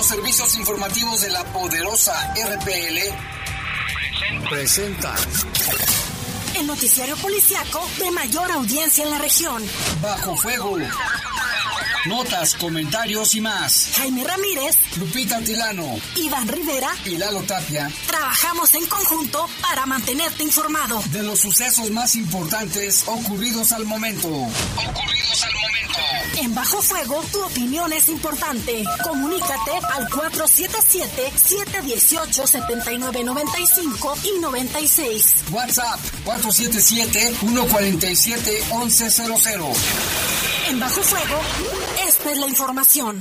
servicios informativos de la poderosa RPL presenta el noticiario policiaco de mayor audiencia en la región. Bajo Fuego. Notas, comentarios y más. Jaime Ramírez, Lupita Tilano, Iván Rivera y Lalo Tapia. Trabajamos en conjunto para mantenerte informado de los sucesos más importantes ocurridos al momento. En Bajo Fuego, tu opinión es importante. Comunícate al 477-718-7995 y 96. WhatsApp 477-147-1100. En Bajo Fuego, esta es la información.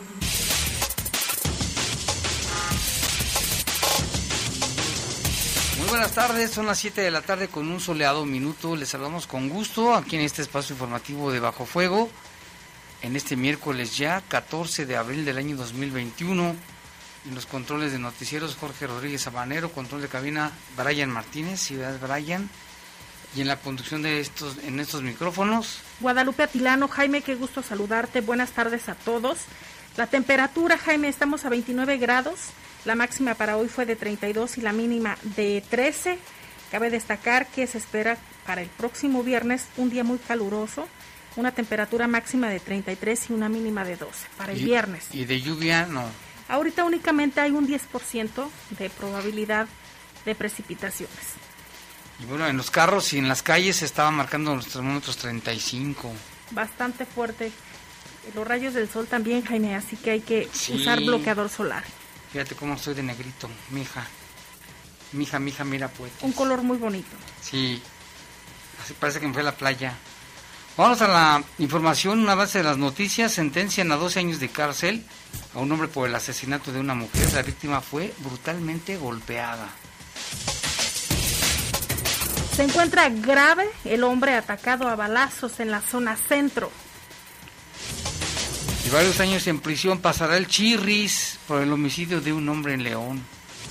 Muy buenas tardes, son las 7 de la tarde con un soleado minuto. Les saludamos con gusto aquí en este espacio informativo de Bajo Fuego. En este miércoles ya, 14 de abril del año 2021. En los controles de noticieros, Jorge Rodríguez Sabanero, control de cabina, Brian Martínez, Ciudad Brian. Y en la conducción de estos micrófonos, Guadalupe Atilano. Jaime, qué gusto saludarte. Buenas tardes a todos. La temperatura, Jaime, estamos a 29 grados. La máxima para hoy fue de 32 y la mínima de 13. Cabe destacar que se espera para el próximo viernes un día muy caluroso, una temperatura máxima de 33 y una mínima de 12 para el viernes. ¿Y de lluvia no? Ahorita únicamente hay un 10% de probabilidad de precipitaciones. Y bueno, en los carros y en las calles se estaban marcando los termómetros 35. Bastante fuerte. Los rayos del sol también, Jaime, así que hay que usar bloqueador solar. Fíjate cómo estoy de negrito, mija, mira pues. Un color muy bonito. Sí, así parece que me fue a la playa. Vamos a la información, una base de las noticias. Sentencian a 12 años de cárcel a un hombre por el asesinato de una mujer. La víctima fue brutalmente golpeada. Se encuentra grave el hombre atacado a balazos en la zona centro. Y varios años en prisión pasará el Chirris por el homicidio de un hombre en León.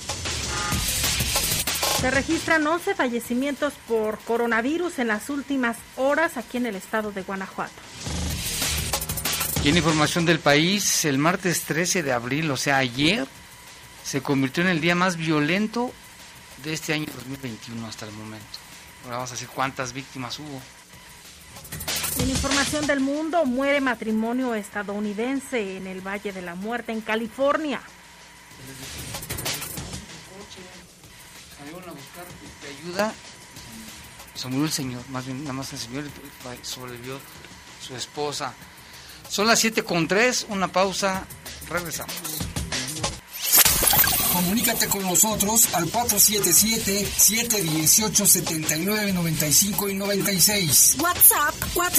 Se registran 11 fallecimientos por coronavirus en las últimas horas aquí en el estado de Guanajuato. Y en información del país, el martes 13 de abril, o sea ayer, se convirtió en el día más violento de este año 2021 hasta el momento. Ahora vamos a decir cuántas víctimas hubo. En información del mundo, muere matrimonio estadounidense en el Valle de la Muerte, en California. Salieron a buscar ayuda. Se murió el señor, más bien nada más el señor, sobrevivió su esposa. Son las 7:03, una pausa, regresamos. Comunícate con nosotros al 477-718-7995 y 96. WhatsApp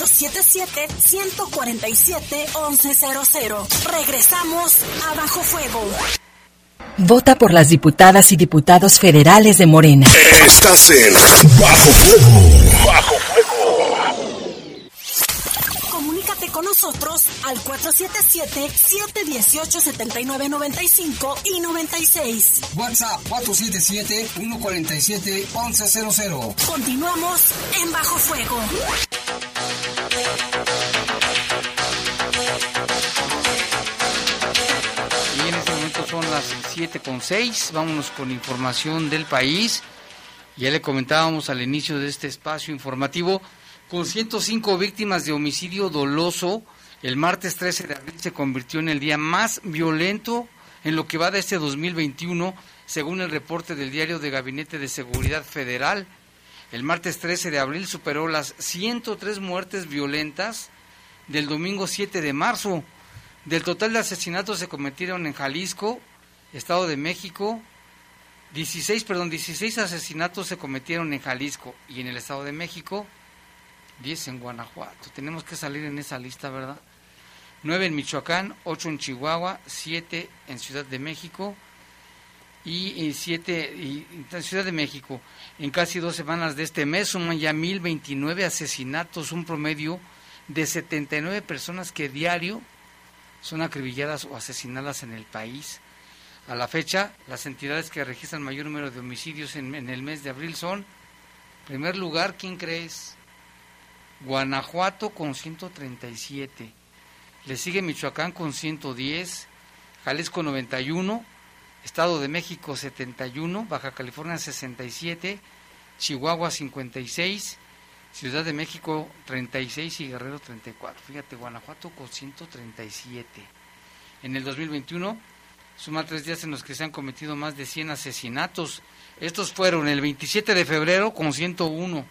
477-147-1100. Regresamos a Bajo Fuego. Vota por las diputadas y diputados federales de Morena. Estás en Bajo Fuego. Bajo Fuego. Comunícate con nosotros al 477-718-7995 y 96. WhatsApp 477-147-1100. Continuamos en Bajo Fuego. Y en este momento son las 7:06, vámonos con información del país. Ya le comentábamos al inicio de este espacio informativo, con 105 víctimas de homicidio doloso, el martes 13 de abril se convirtió en el día más violento en lo que va de este 2021, según el reporte del Diario de Gabinete de Seguridad Federal. El martes 13 de abril superó las 103 muertes violentas del domingo 7 de marzo. Del total de asesinatos se cometieron en Jalisco, Estado de México, 16 asesinatos se cometieron en Jalisco y en el Estado de México, 10 en Guanajuato. Tenemos que salir en esa lista, ¿verdad? 9 en Michoacán, 8 en Chihuahua, 7 en Ciudad de México y 7 en Ciudad de México. En casi 2 semanas de este mes suman ya 1,029 asesinatos, un promedio de 79 personas que diario son acribilladas o asesinadas en el país. A la fecha, las entidades que registran mayor número de homicidios en el mes de abril son, en primer lugar, ¿quién crees? Guanajuato con 137, le sigue Michoacán con 110, Jalisco 91, Estado de México 71, Baja California 67, Chihuahua 56, Ciudad de México 36 y Guerrero 34. Fíjate, Guanajuato con 137. En el 2021 suma 3 días en los que se han cometido más de 100 asesinatos. Estos fueron el 27 de febrero con 101.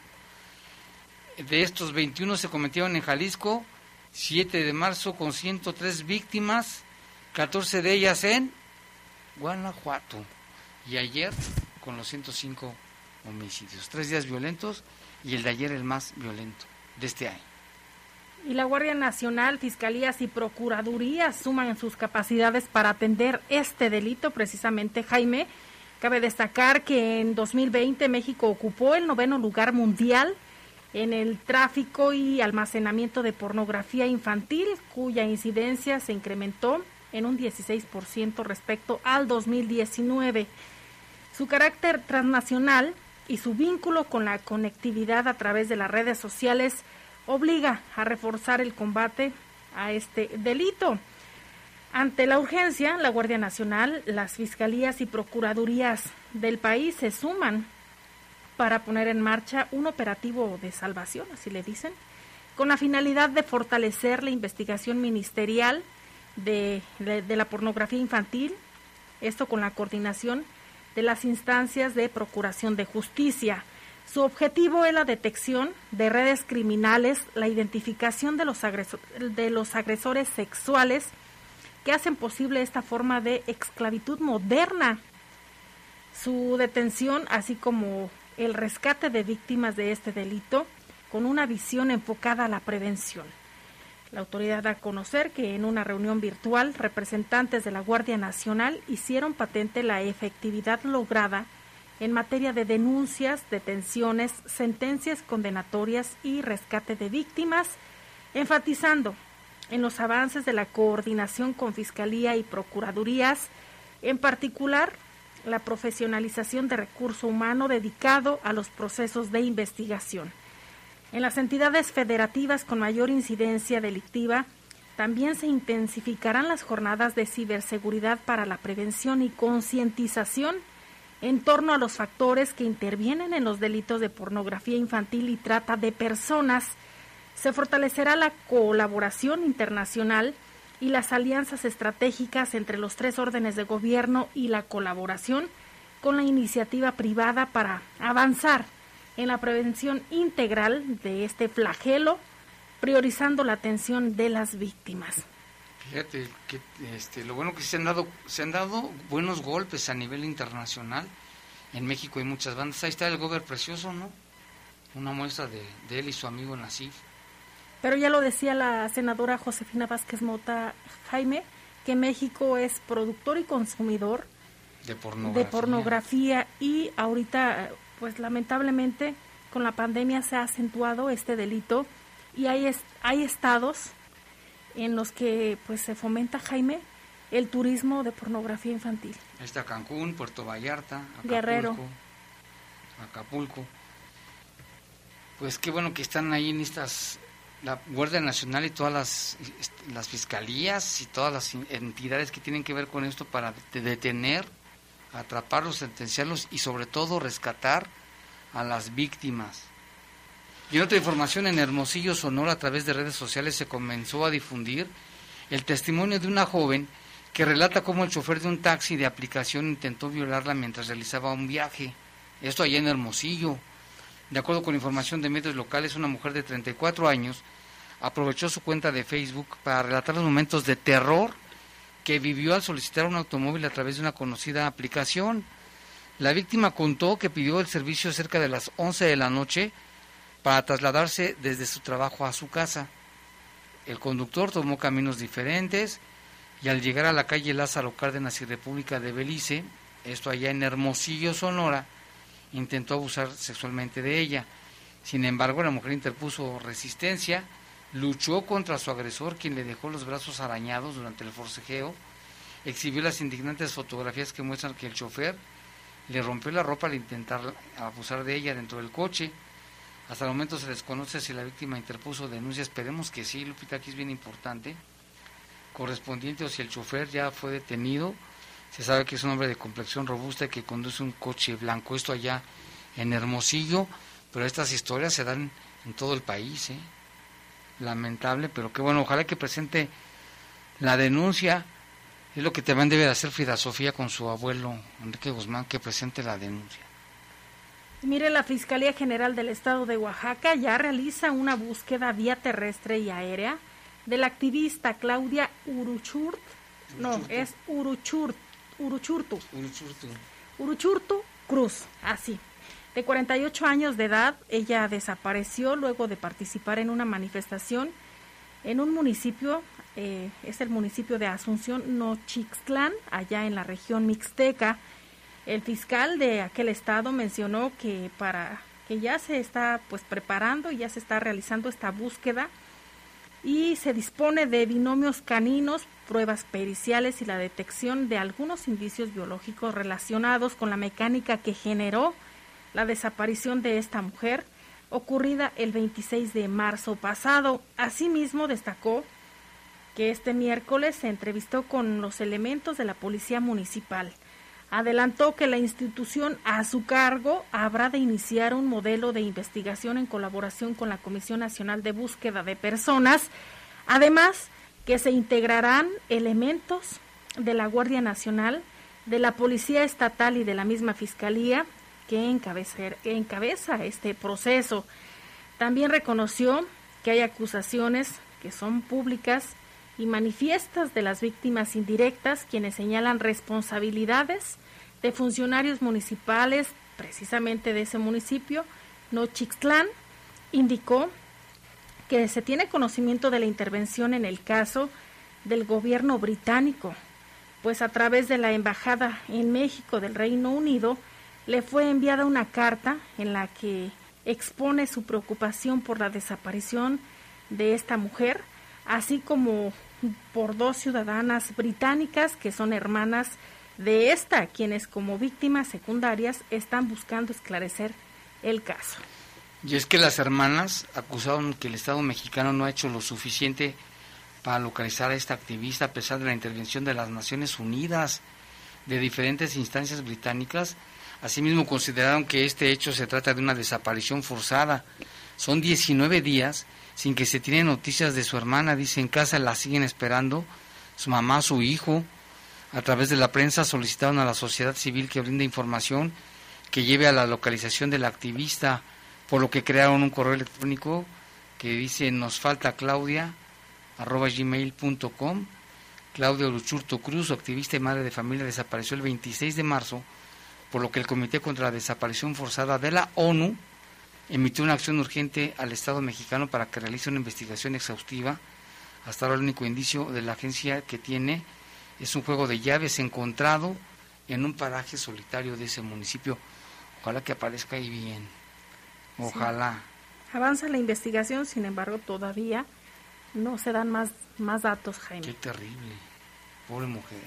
De estos 21 se cometieron en Jalisco, 7 de marzo con 103 víctimas, 14 de ellas en Guanajuato. Y ayer con los 105 homicidios. 3 días violentos y el de ayer el más violento de este año. Y la Guardia Nacional, Fiscalías y Procuradurías suman sus capacidades para atender este delito, precisamente, Jaime. Cabe destacar que en 2020 México ocupó el 9º lugar mundial en el tráfico y almacenamiento de pornografía infantil, cuya incidencia se incrementó en un 16% respecto al 2019. Su carácter transnacional y su vínculo con la conectividad a través de las redes sociales obliga a reforzar el combate a este delito. Ante la urgencia, la Guardia Nacional, las fiscalías y procuradurías del país se suman para poner en marcha un operativo de salvación, así le dicen, con la finalidad de fortalecer la investigación ministerial de la pornografía infantil, esto con la coordinación de las instancias de procuración de justicia. Su objetivo es la detección de redes criminales, la identificación de los agresores sexuales que hacen posible esta forma de esclavitud moderna, su detención, así como el rescate de víctimas de este delito, con una visión enfocada a la prevención. La autoridad da a conocer que en una reunión virtual, representantes de la Guardia Nacional hicieron patente la efectividad lograda en materia de denuncias, detenciones, sentencias condenatorias y rescate de víctimas, enfatizando en los avances de la coordinación con Fiscalía y Procuradurías, en particular la profesionalización de recurso humano dedicado a los procesos de investigación. En las entidades federativas con mayor incidencia delictiva, también se intensificarán las jornadas de ciberseguridad para la prevención y concientización en torno a los factores que intervienen en los delitos de pornografía infantil y trata de personas. Se fortalecerá la colaboración internacional y las alianzas estratégicas entre los 3 órdenes de gobierno y la colaboración con la iniciativa privada para avanzar en la prevención integral de este flagelo, priorizando la atención de las víctimas. Fíjate que lo bueno que se han dado buenos golpes a nivel internacional. En México hay muchas bandas. Ahí está el Gober Precioso, ¿no? Una muestra de él y su amigo Nasif. Pero ya lo decía la senadora Josefina Vázquez Mota, Jaime, que México es productor y consumidor de pornografía y ahorita, pues lamentablemente, con la pandemia se ha acentuado este delito y hay estados en los que pues se fomenta, Jaime, el turismo de pornografía infantil. Ahí está Cancún, Puerto Vallarta, Guerrero, Acapulco. Pues qué bueno que están ahí en la Guardia Nacional y todas las fiscalías y todas las entidades que tienen que ver con esto para detener, atraparlos, sentenciarlos y sobre todo rescatar a las víctimas. Y en otra información, en Hermosillo, Sonora, a través de redes sociales se comenzó a difundir el testimonio de una joven que relata cómo el chofer de un taxi de aplicación intentó violarla mientras realizaba un viaje. Esto allá en Hermosillo. De acuerdo con información de medios locales, una mujer de 34 años aprovechó su cuenta de Facebook para relatar los momentos de terror que vivió al solicitar un automóvil a través de una conocida aplicación. La víctima contó que pidió el servicio cerca de las 11 de la noche para trasladarse desde su trabajo a su casa. El conductor tomó caminos diferentes y al llegar a la calle Lázaro Cárdenas y República de Belice, esto allá en Hermosillo, Sonora, intentó abusar sexualmente de ella. Sin embargo, la mujer interpuso resistencia, luchó contra su agresor, quien le dejó los brazos arañados durante el forcejeo, exhibió las indignantes fotografías que muestran que el chofer le rompió la ropa al intentar abusar de ella dentro del coche. Hasta el momento se desconoce si la víctima interpuso denuncia, esperemos que sí, Lupita, aquí es bien importante, correspondiente o si el chofer ya fue detenido. Se sabe que es un hombre de complexión robusta y que conduce un coche blanco. Esto allá en Hermosillo, pero estas historias se dan en todo el país, lamentable, pero que bueno, ojalá que presente la denuncia. Es lo que también debe de hacer Frida Sofía con su abuelo Enrique Guzmán, que presente la denuncia. Mire, la Fiscalía General del Estado de Oaxaca ya realiza una búsqueda vía terrestre y aérea de la activista Claudia Uruchurtu Cruz, así. De 48 años de edad, ella desapareció luego de participar en una manifestación en un municipio, es el municipio de Asunción Nochixtlán, allá en la región mixteca. El fiscal de aquel estado mencionó que ya se está preparando y ya se está realizando esta búsqueda y se dispone de binomios caninos, pruebas periciales y la detección de algunos indicios biológicos relacionados con la mecánica que generó la desaparición de esta mujer, ocurrida el 26 de marzo pasado. Asimismo, destacó que este miércoles se entrevistó con los elementos de la Policía Municipal. Adelantó que la institución a su cargo habrá de iniciar un modelo de investigación en colaboración con la Comisión Nacional de Búsqueda de Personas, además que se integrarán elementos de la Guardia Nacional, de la Policía Estatal y de la misma Fiscalía que encabeza este proceso. También reconoció que hay acusaciones que son públicas y manifiestas de las víctimas indirectas, quienes señalan responsabilidades de funcionarios municipales, precisamente de ese municipio, Nochixtlán. Indicó que se tiene conocimiento de la intervención en el caso del gobierno británico, pues a través de la Embajada en México del Reino Unido le fue enviada una carta en la que expone su preocupación por la desaparición de esta mujer, así como por 2 ciudadanas británicas que son hermanas de esta, quienes como víctimas secundarias están buscando esclarecer el caso. Y es que las hermanas acusaron que el Estado mexicano no ha hecho lo suficiente para localizar a esta activista, a pesar de la intervención de las Naciones Unidas, de diferentes instancias británicas. Asimismo, consideraron que este hecho se trata de una desaparición forzada. Son 19 días sin que se tienen noticias de su hermana. Dice, en casa la siguen esperando, su mamá, su hijo. A través de la prensa solicitaron a la sociedad civil que brinde información que lleve a la localización de la activista, por lo que crearon un correo electrónico que dice nosfaltaclaudia@gmail.com. Claudia Uruchurtu Cruz, activista y madre de familia, desapareció el 26 de marzo, por lo que el Comité contra la Desaparición Forzada de la ONU emitió una acción urgente al Estado mexicano para que realice una investigación exhaustiva. Hasta ahora el único indicio de la agencia que tiene es un juego de llaves encontrado en un paraje solitario de ese municipio. Ojalá que aparezca ahí bien. Ojalá. Sí. Avanza la investigación, sin embargo, todavía no se dan más datos, Jaime. Qué terrible. Pobre mujer.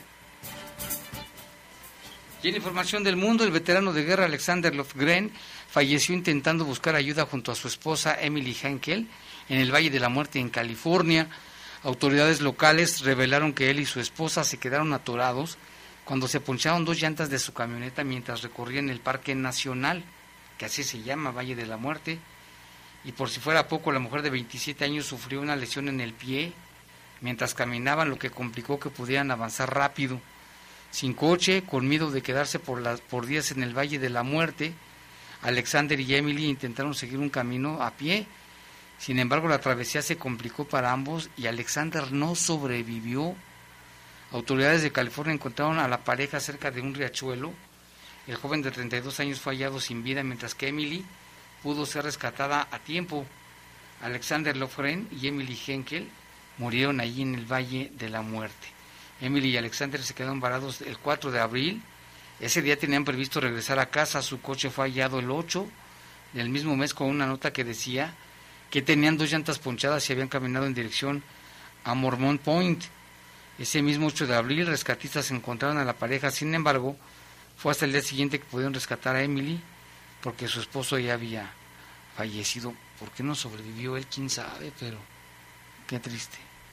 Y en información del mundo, el veterano de guerra Alexander Lofgren falleció intentando buscar ayuda junto a su esposa Emily Henkel en el Valle de la Muerte en California. Autoridades locales revelaron que él y su esposa se quedaron atorados cuando se poncharon 2 llantas de su camioneta mientras recorrían el Parque Nacional, que así se llama, Valle de la Muerte. Y por si fuera poco, la mujer de 27 años sufrió una lesión en el pie mientras caminaban, lo que complicó que pudieran avanzar rápido. Sin coche, con miedo de quedarse por días en el Valle de la Muerte, Alexander y Emily intentaron seguir un camino a pie. Sin embargo, la travesía se complicó para ambos y Alexander no sobrevivió. Autoridades de California encontraron a la pareja cerca de un riachuelo. El joven de 32 años fue hallado sin vida, mientras que Emily pudo ser rescatada a tiempo. Alexander Lofgren y Emily Henkel murieron allí en el Valle de la Muerte. Emily y Alexander se quedaron varados el 4 de abril. Ese día tenían previsto regresar a casa. Su coche fue hallado el 8 del mismo mes con una nota que decía que tenían 2 llantas ponchadas y habían caminado en dirección a Mormont Point. Ese mismo 8 de abril, rescatistas encontraron a la pareja. Sin embargo, fue hasta el día siguiente que pudieron rescatar a Emily, porque su esposo ya había fallecido. ¿Por qué no sobrevivió él? Quién sabe, pero qué triste.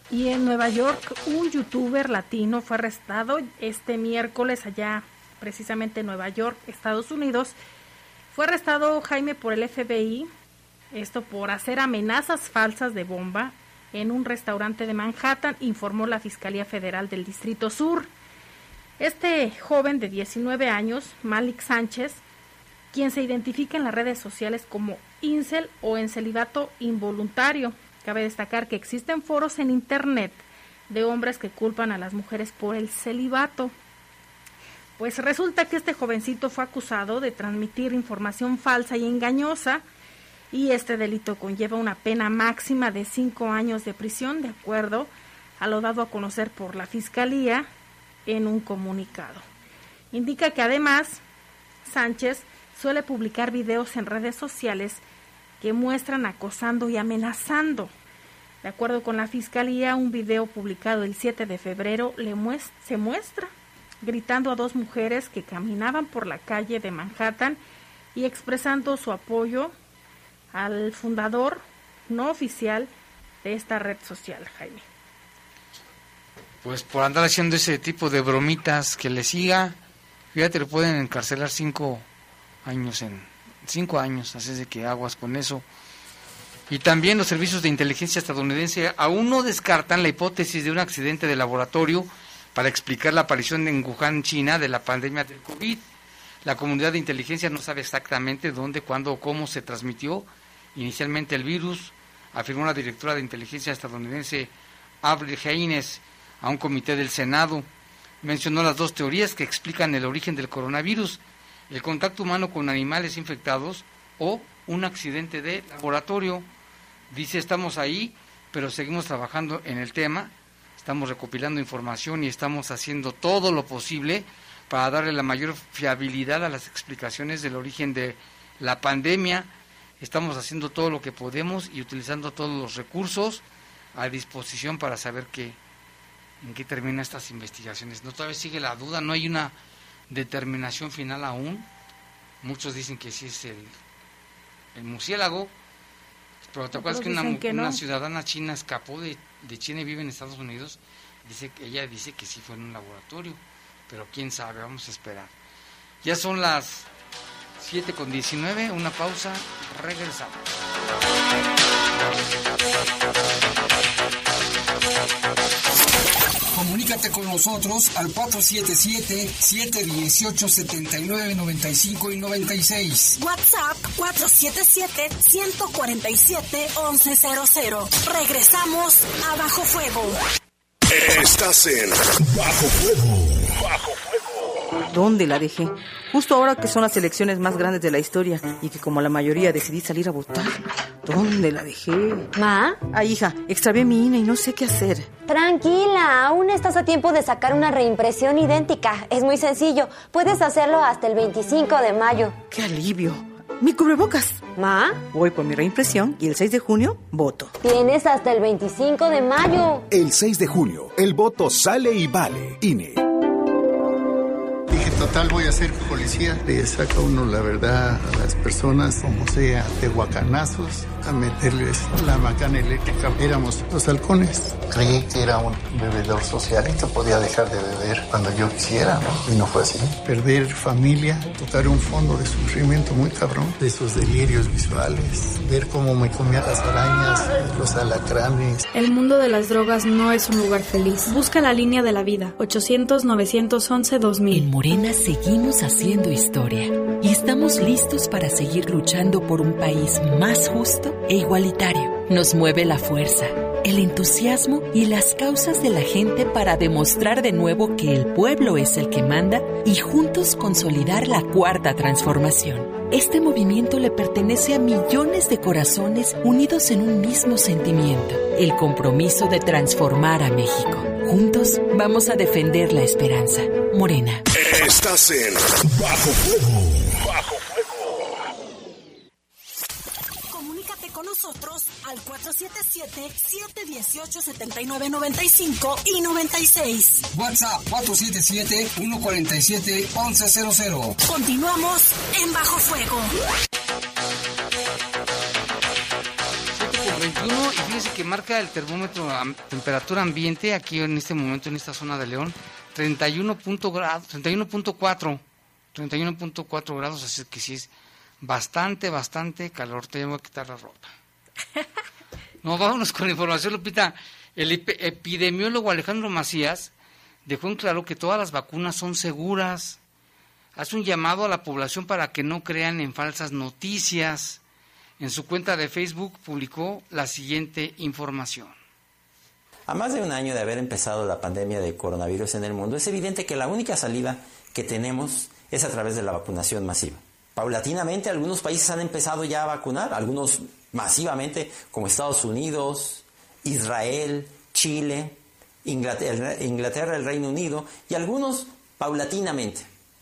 Y en Nueva York, un youtuber latino fue arrestado este miércoles allá, precisamente en Nueva York, Estados Unidos. Fue arrestado, Jaime, por el FBI, esto por hacer amenazas falsas de bomba en un restaurante de Manhattan, informó la Fiscalía Federal del Distrito Sur. Este joven de 19 años, Malik Sánchez, quien se identifica en las redes sociales como incel o en celibato involuntario. Cabe destacar que existen foros en internet de hombres que culpan a las mujeres por el celibato. Pues resulta que este jovencito fue acusado de transmitir información falsa y engañosa, y este delito conlleva una pena máxima de 5 años de prisión, de acuerdo a lo dado a conocer por la Fiscalía en un comunicado. Indica que además Sánchez suele publicar videos en redes sociales que muestran acosando y amenazando. De acuerdo con la Fiscalía, un video publicado el 7 de febrero se muestra gritando a 2 mujeres que caminaban por la calle de Manhattan y expresando su apoyo al fundador no oficial de esta red social, Jaime. Pues por andar haciendo ese tipo de bromitas, que le siga, fíjate, le pueden encarcelar 5 años, así es de que aguas con eso. Y también los servicios de inteligencia estadounidense aún no descartan la hipótesis de un accidente de laboratorio para explicar la aparición en Wuhan, China, de la pandemia del COVID. La comunidad de inteligencia no sabe exactamente dónde, cuándo o cómo se transmitió inicialmente el virus, afirmó la directora de inteligencia estadounidense Avril Haines a un comité del Senado. Mencionó las 2 teorías que explican el origen del coronavirus: el contacto humano con animales infectados o un accidente de laboratorio. Dice, estamos ahí, pero seguimos trabajando en el tema, estamos recopilando información y estamos haciendo todo lo posible para darle la mayor fiabilidad a las explicaciones del origen de la pandemia. Estamos haciendo todo lo que podemos y utilizando todos los recursos a disposición para saber en qué terminan estas investigaciones. No, todavía sigue la duda, no hay una determinación final aún. Muchos dicen que sí es el murciélago, pero te acuerdas que una ciudadana china escapó de China y vive en Estados Unidos. Ella dice que sí fue en un laboratorio, pero quién sabe, vamos a esperar. Ya son las 7:19, una pausa, regresamos. Comunícate con nosotros al 477-718-7995 y 96. WhatsApp 477-147-1100. Regresamos a Bajo Fuego. Estás en Bajo Fuego. Bajo Fuego. ¿Dónde la dejé? Justo ahora que son las elecciones más grandes de la historia y que como la mayoría decidí salir a votar. ¿Dónde la dejé? ¿Ma? Ay, hija, extravié mi INE y no sé qué hacer. Tranquila, aún estás a tiempo de sacar una reimpresión idéntica. Es muy sencillo. Puedes hacerlo hasta el 25 de mayo. ¡Qué alivio! ¡Mi cubrebocas! ¿Ma? Voy por mi reimpresión y el 6 de junio voto. Tienes hasta el 25 de mayo. El 6 de junio, el voto sale y vale. INE. Dije, total, voy a ser policía. Le saca uno la verdad a las personas, como sea, de guacanazos, a meterles la macana eléctrica. Éramos los halcones. Creí que era un bebedor social y que podía dejar de beber cuando yo quisiera, ¿no? Y no fue así. Perder familia, tocar un fondo de sufrimiento muy cabrón, de esos delirios visuales, ver cómo me comía las arañas, los alacranes. El mundo de las drogas no es un lugar feliz. Busca la línea de la vida, 800-911-2000. En Morena seguimos haciendo historia y estamos listos para seguir luchando por un país más justo e igualitario. Nos mueve la fuerza, el entusiasmo y las causas de la gente para demostrar de nuevo que el pueblo es el que manda y juntos consolidar la cuarta transformación. Este movimiento le pertenece a millones de corazones unidos en un mismo sentimiento, el compromiso de transformar a México. Juntos vamos a defender la esperanza. Morena. Estás en Bajo Fuego. Bajo Fuego. Comunícate con nosotros al 477-718-7995 y 96. WhatsApp 477-147-1100. Continuamos en Bajo Fuego. 21 y fíjese que marca el termómetro temperatura ambiente aquí en este momento en esta zona de León 31.4 grados, así que sí es bastante calor. Te voy a quitar la ropa. No, vámonos con la información, Lupita. El epidemiólogo Alejandro Macías dejó en claro que todas las vacunas son seguras. Hace un llamado a la población para que no crean en falsas noticias. En su cuenta de Facebook publicó la siguiente información. A más de un año de haber empezado la pandemia de coronavirus en el mundo, es evidente que la única salida que tenemos es a través de la vacunación masiva. Paulatinamente algunos países han empezado ya a vacunar, algunos masivamente como Estados Unidos, Israel, Chile, Inglaterra, el Reino Unido, y algunos paulatinamente.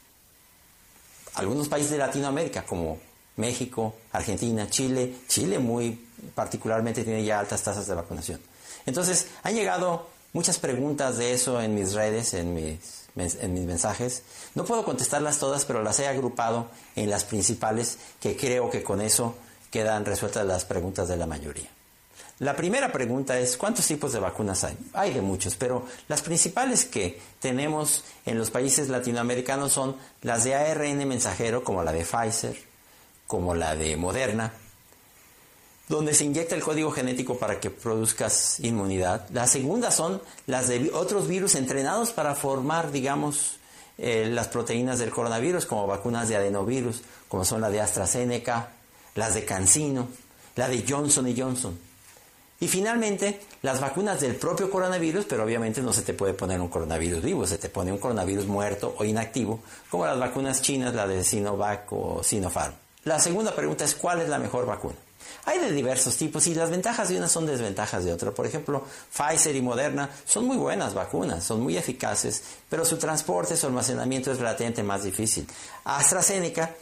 Algunos países de Latinoamérica como México, Argentina, Chile muy particularmente tiene ya altas tasas de vacunación. Entonces, han llegado muchas preguntas de eso en mis redes, en mis mensajes. No puedo contestarlas todas, pero las he agrupado en las principales, que creo que con eso quedan resueltas las preguntas de la mayoría. La primera pregunta es, ¿cuántos tipos de vacunas hay? Hay de muchos, pero las principales que tenemos en los países latinoamericanos son las de ARN mensajero, como la de Pfizer, como la de Moderna, donde se inyecta el código genético para que produzcas inmunidad. La segunda son las de otros virus entrenados para formar, digamos, las proteínas del coronavirus, como vacunas de adenovirus, como son la de AstraZeneca, las de CanSino, la de Johnson & Johnson. Y finalmente, las vacunas del propio coronavirus, pero obviamente no se te puede poner un coronavirus vivo, se te pone un coronavirus muerto o inactivo, como las vacunas chinas, la de Sinovac o Sinopharm. La segunda pregunta es, ¿cuál es la mejor vacuna? Hay de diversos tipos y las ventajas de una son desventajas de otra. Por ejemplo, Pfizer y Moderna son muy buenas vacunas, son muy eficaces, pero su transporte, su almacenamiento es relativamente más difícil. AstraZeneca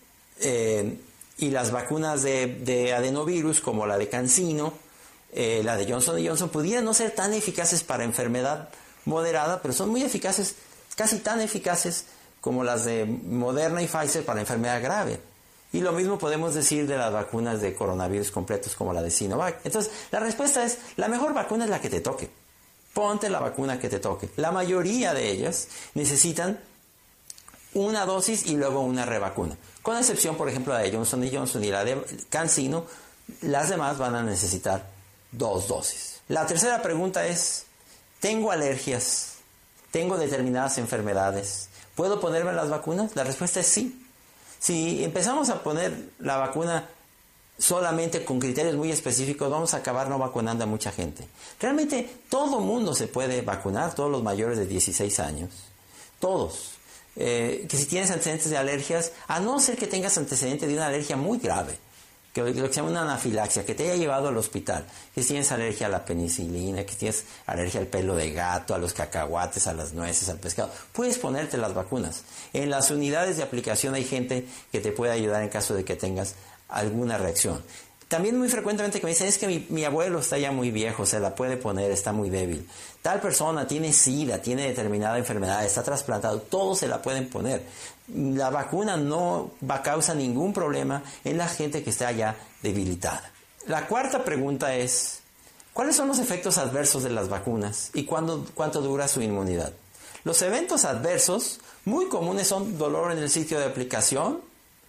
y las vacunas de adenovirus, como la de CanSino, la de Johnson & Johnson, pudieran no ser tan eficaces para enfermedad moderada, pero son muy eficaces, casi tan eficaces como las de Moderna y Pfizer para enfermedad grave. Y lo mismo podemos decir de las vacunas de coronavirus completos como la de Sinovac. Entonces, la respuesta es, la mejor vacuna es la que te toque. Ponte la vacuna que te toque. La mayoría de ellas necesitan una dosis y luego una revacuna. Con excepción, por ejemplo, la de Johnson & Johnson y la de CanSino, las demás van a necesitar 2 dosis. La tercera pregunta es, ¿tengo alergias? ¿Tengo determinadas enfermedades? ¿Puedo ponerme las vacunas? La respuesta es sí. Si empezamos a poner la vacuna solamente con criterios muy específicos, vamos a acabar no vacunando a mucha gente. Realmente todo mundo se puede vacunar, todos los mayores de 16 años, todos. Que si tienes antecedentes de alergias, a no ser que tengas antecedentes de una alergia muy grave, que lo que se llama una anafilaxia, que te haya llevado al hospital, que si tienes alergia a la penicilina, que tienes alergia al pelo de gato, a los cacahuates, a las nueces, al pescado, puedes ponerte las vacunas. En las unidades de aplicación hay gente que te puede ayudar en caso de que tengas alguna reacción. También muy frecuentemente me dicen, es que mi abuelo está ya muy viejo, se la puede poner, está muy débil. Tal persona tiene SIDA, tiene determinada enfermedad, está trasplantado, todos se la pueden poner. La vacuna no causa ningún problema en la gente que está ya debilitada. La cuarta pregunta es, ¿cuáles son los efectos adversos de las vacunas y cuánto dura su inmunidad? Los eventos adversos muy comunes son dolor en el sitio de aplicación,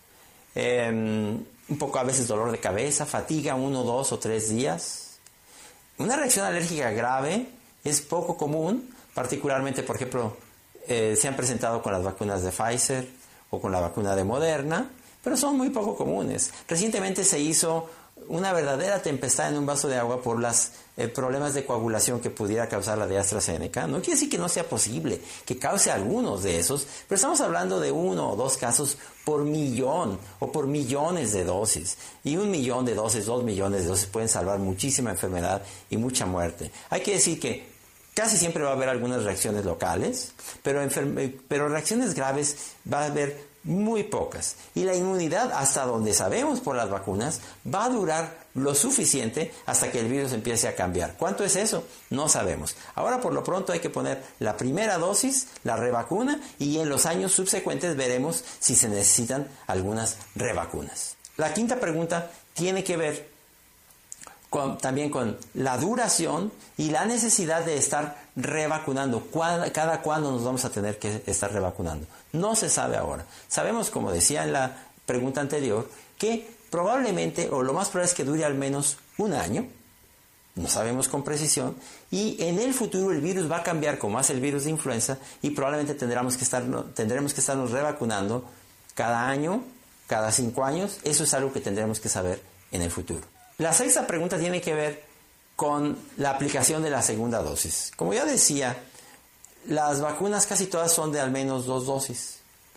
un poco a veces dolor de cabeza, fatiga 1, 2 o 3 días. Una reacción alérgica grave es poco común, particularmente, por ejemplo, se han presentado con las vacunas de Pfizer o con la vacuna de Moderna, pero son muy poco comunes. Recientemente se hizo una verdadera tempestad en un vaso de agua por los problemas de coagulación que pudiera causar la de AstraZeneca. No quiere decir que no sea posible que cause algunos de esos, pero estamos hablando de 1 o 2 casos por millón o por millones de dosis. Y 1 millón de dosis, 2 millones de dosis pueden salvar muchísima enfermedad y mucha muerte. Hay que decir que casi siempre va a haber algunas reacciones locales, pero reacciones graves va a haber muy pocas. Y la inmunidad, hasta donde sabemos por las vacunas, va a durar lo suficiente hasta que el virus empiece a cambiar. ¿Cuánto es eso? No sabemos. Ahora, por lo pronto, hay que poner la primera dosis, la revacuna, y en los años subsecuentes veremos si se necesitan algunas revacunas. La quinta pregunta tiene que ver también con la duración y la necesidad de estar revacunando. Cada cuándo nos vamos a tener que estar revacunando. No se sabe ahora. Sabemos, como decía en la pregunta anterior, que probablemente, o lo más probable es que dure al menos un año. No sabemos con precisión. Y en el futuro el virus va a cambiar como hace el virus de influenza y probablemente tendremos que estarnos revacunando cada año, cada 5 años. Eso es algo que tendremos que saber en el futuro. La sexta pregunta tiene que ver con la aplicación de la segunda dosis. Como ya decía, las vacunas casi todas son de al menos 2 dosis.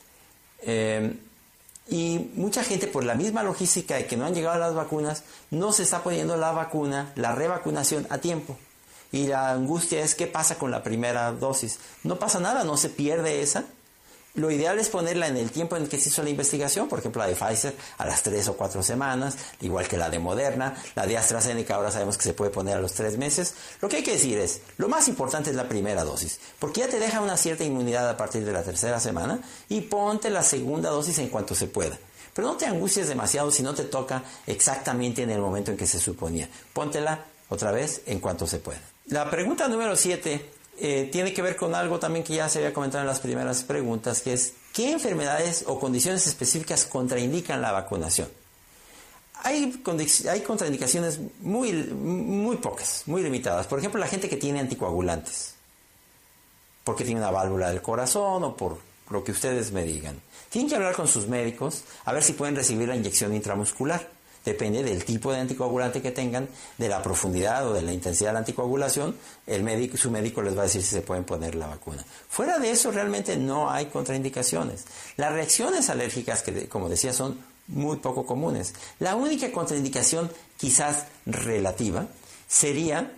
Y mucha gente, por la misma logística de que no han llegado las vacunas, no se está poniendo la revacunación a tiempo. Y la angustia es qué pasa con la primera dosis. No pasa nada, no se pierde esa. Lo ideal es ponerla en el tiempo en el que se hizo la investigación, por ejemplo la de Pfizer a las 3 o 4 semanas, igual que la de Moderna, la de AstraZeneca ahora sabemos que se puede poner a los 3 meses. Lo que hay que decir es, lo más importante es la primera dosis, porque ya te deja una cierta inmunidad a partir de la 3ª semana y ponte la segunda dosis en cuanto se pueda. Pero no te angusties demasiado si no te toca exactamente en el momento en que se suponía. Póntela otra vez en cuanto se pueda. La pregunta número 7 tiene que ver con algo también que ya se había comentado en las primeras preguntas, que es ¿qué enfermedades o condiciones específicas contraindican la vacunación? Hay contraindicaciones muy pocas, muy limitadas. Por ejemplo, la gente que tiene anticoagulantes, porque tiene una válvula del corazón o por lo que ustedes me digan. Tienen que hablar con sus médicos a ver si pueden recibir la inyección intramuscular. Depende del tipo de anticoagulante que tengan, de la profundidad o de la intensidad de la anticoagulación, su médico les va a decir si se pueden poner la vacuna. Fuera de eso, realmente no hay contraindicaciones. Las reacciones alérgicas, que como decía, son muy poco comunes. La única contraindicación, quizás relativa, sería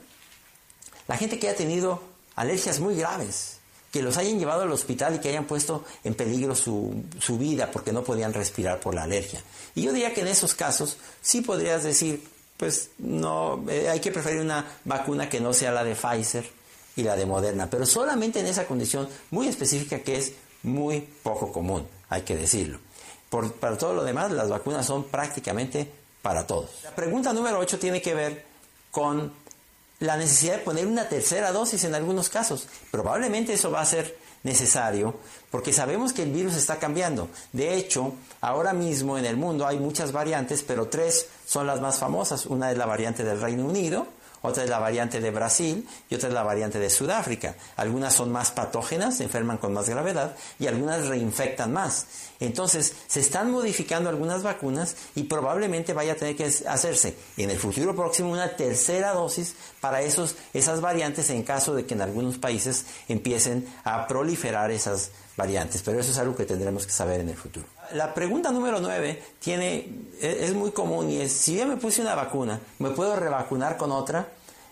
la gente que haya tenido alergias muy graves, que los hayan llevado al hospital y que hayan puesto en peligro su vida porque no podían respirar por la alergia. Y yo diría que en esos casos sí podrías decir, pues no, hay que preferir una vacuna que no sea la de Pfizer y la de Moderna, pero solamente en esa condición muy específica que es muy poco común, hay que decirlo. Para todo lo demás, las vacunas son prácticamente para todos. La pregunta número 8 tiene que ver con la necesidad de poner una tercera dosis en algunos casos. Probablemente eso va a ser necesario porque sabemos que el virus está cambiando. De hecho, ahora mismo en el mundo hay muchas variantes, pero 3 son las más famosas. Una es la variante del Reino Unido, otra es la variante de Brasil y otra es la variante de Sudáfrica. Algunas son más patógenas, se enferman con más gravedad y algunas reinfectan más. Entonces, se están modificando algunas vacunas y probablemente vaya a tener que hacerse en el futuro próximo una tercera dosis para esas variantes en caso de que en algunos países empiecen a proliferar esas variantes. Pero eso es algo que tendremos que saber en el futuro. La pregunta número 9 es muy común y es, si ya me puse una vacuna, ¿me puedo revacunar con otra?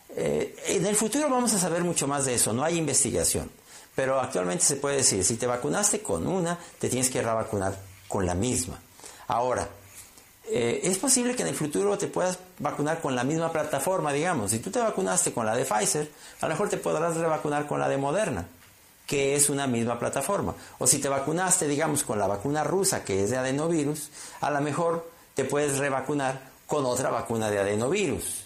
En el futuro vamos a saber mucho más de eso, no hay investigación. Pero actualmente se puede decir, si te vacunaste con una, te tienes que revacunar con la misma. Ahora, es posible que en el futuro te puedas vacunar con la misma plataforma, digamos. Si tú te vacunaste con la de Pfizer, a lo mejor te podrás revacunar con la de Moderna, que es una misma plataforma. O si te vacunaste, digamos, con la vacuna rusa, que es de adenovirus, a lo mejor te puedes revacunar con otra vacuna de adenovirus.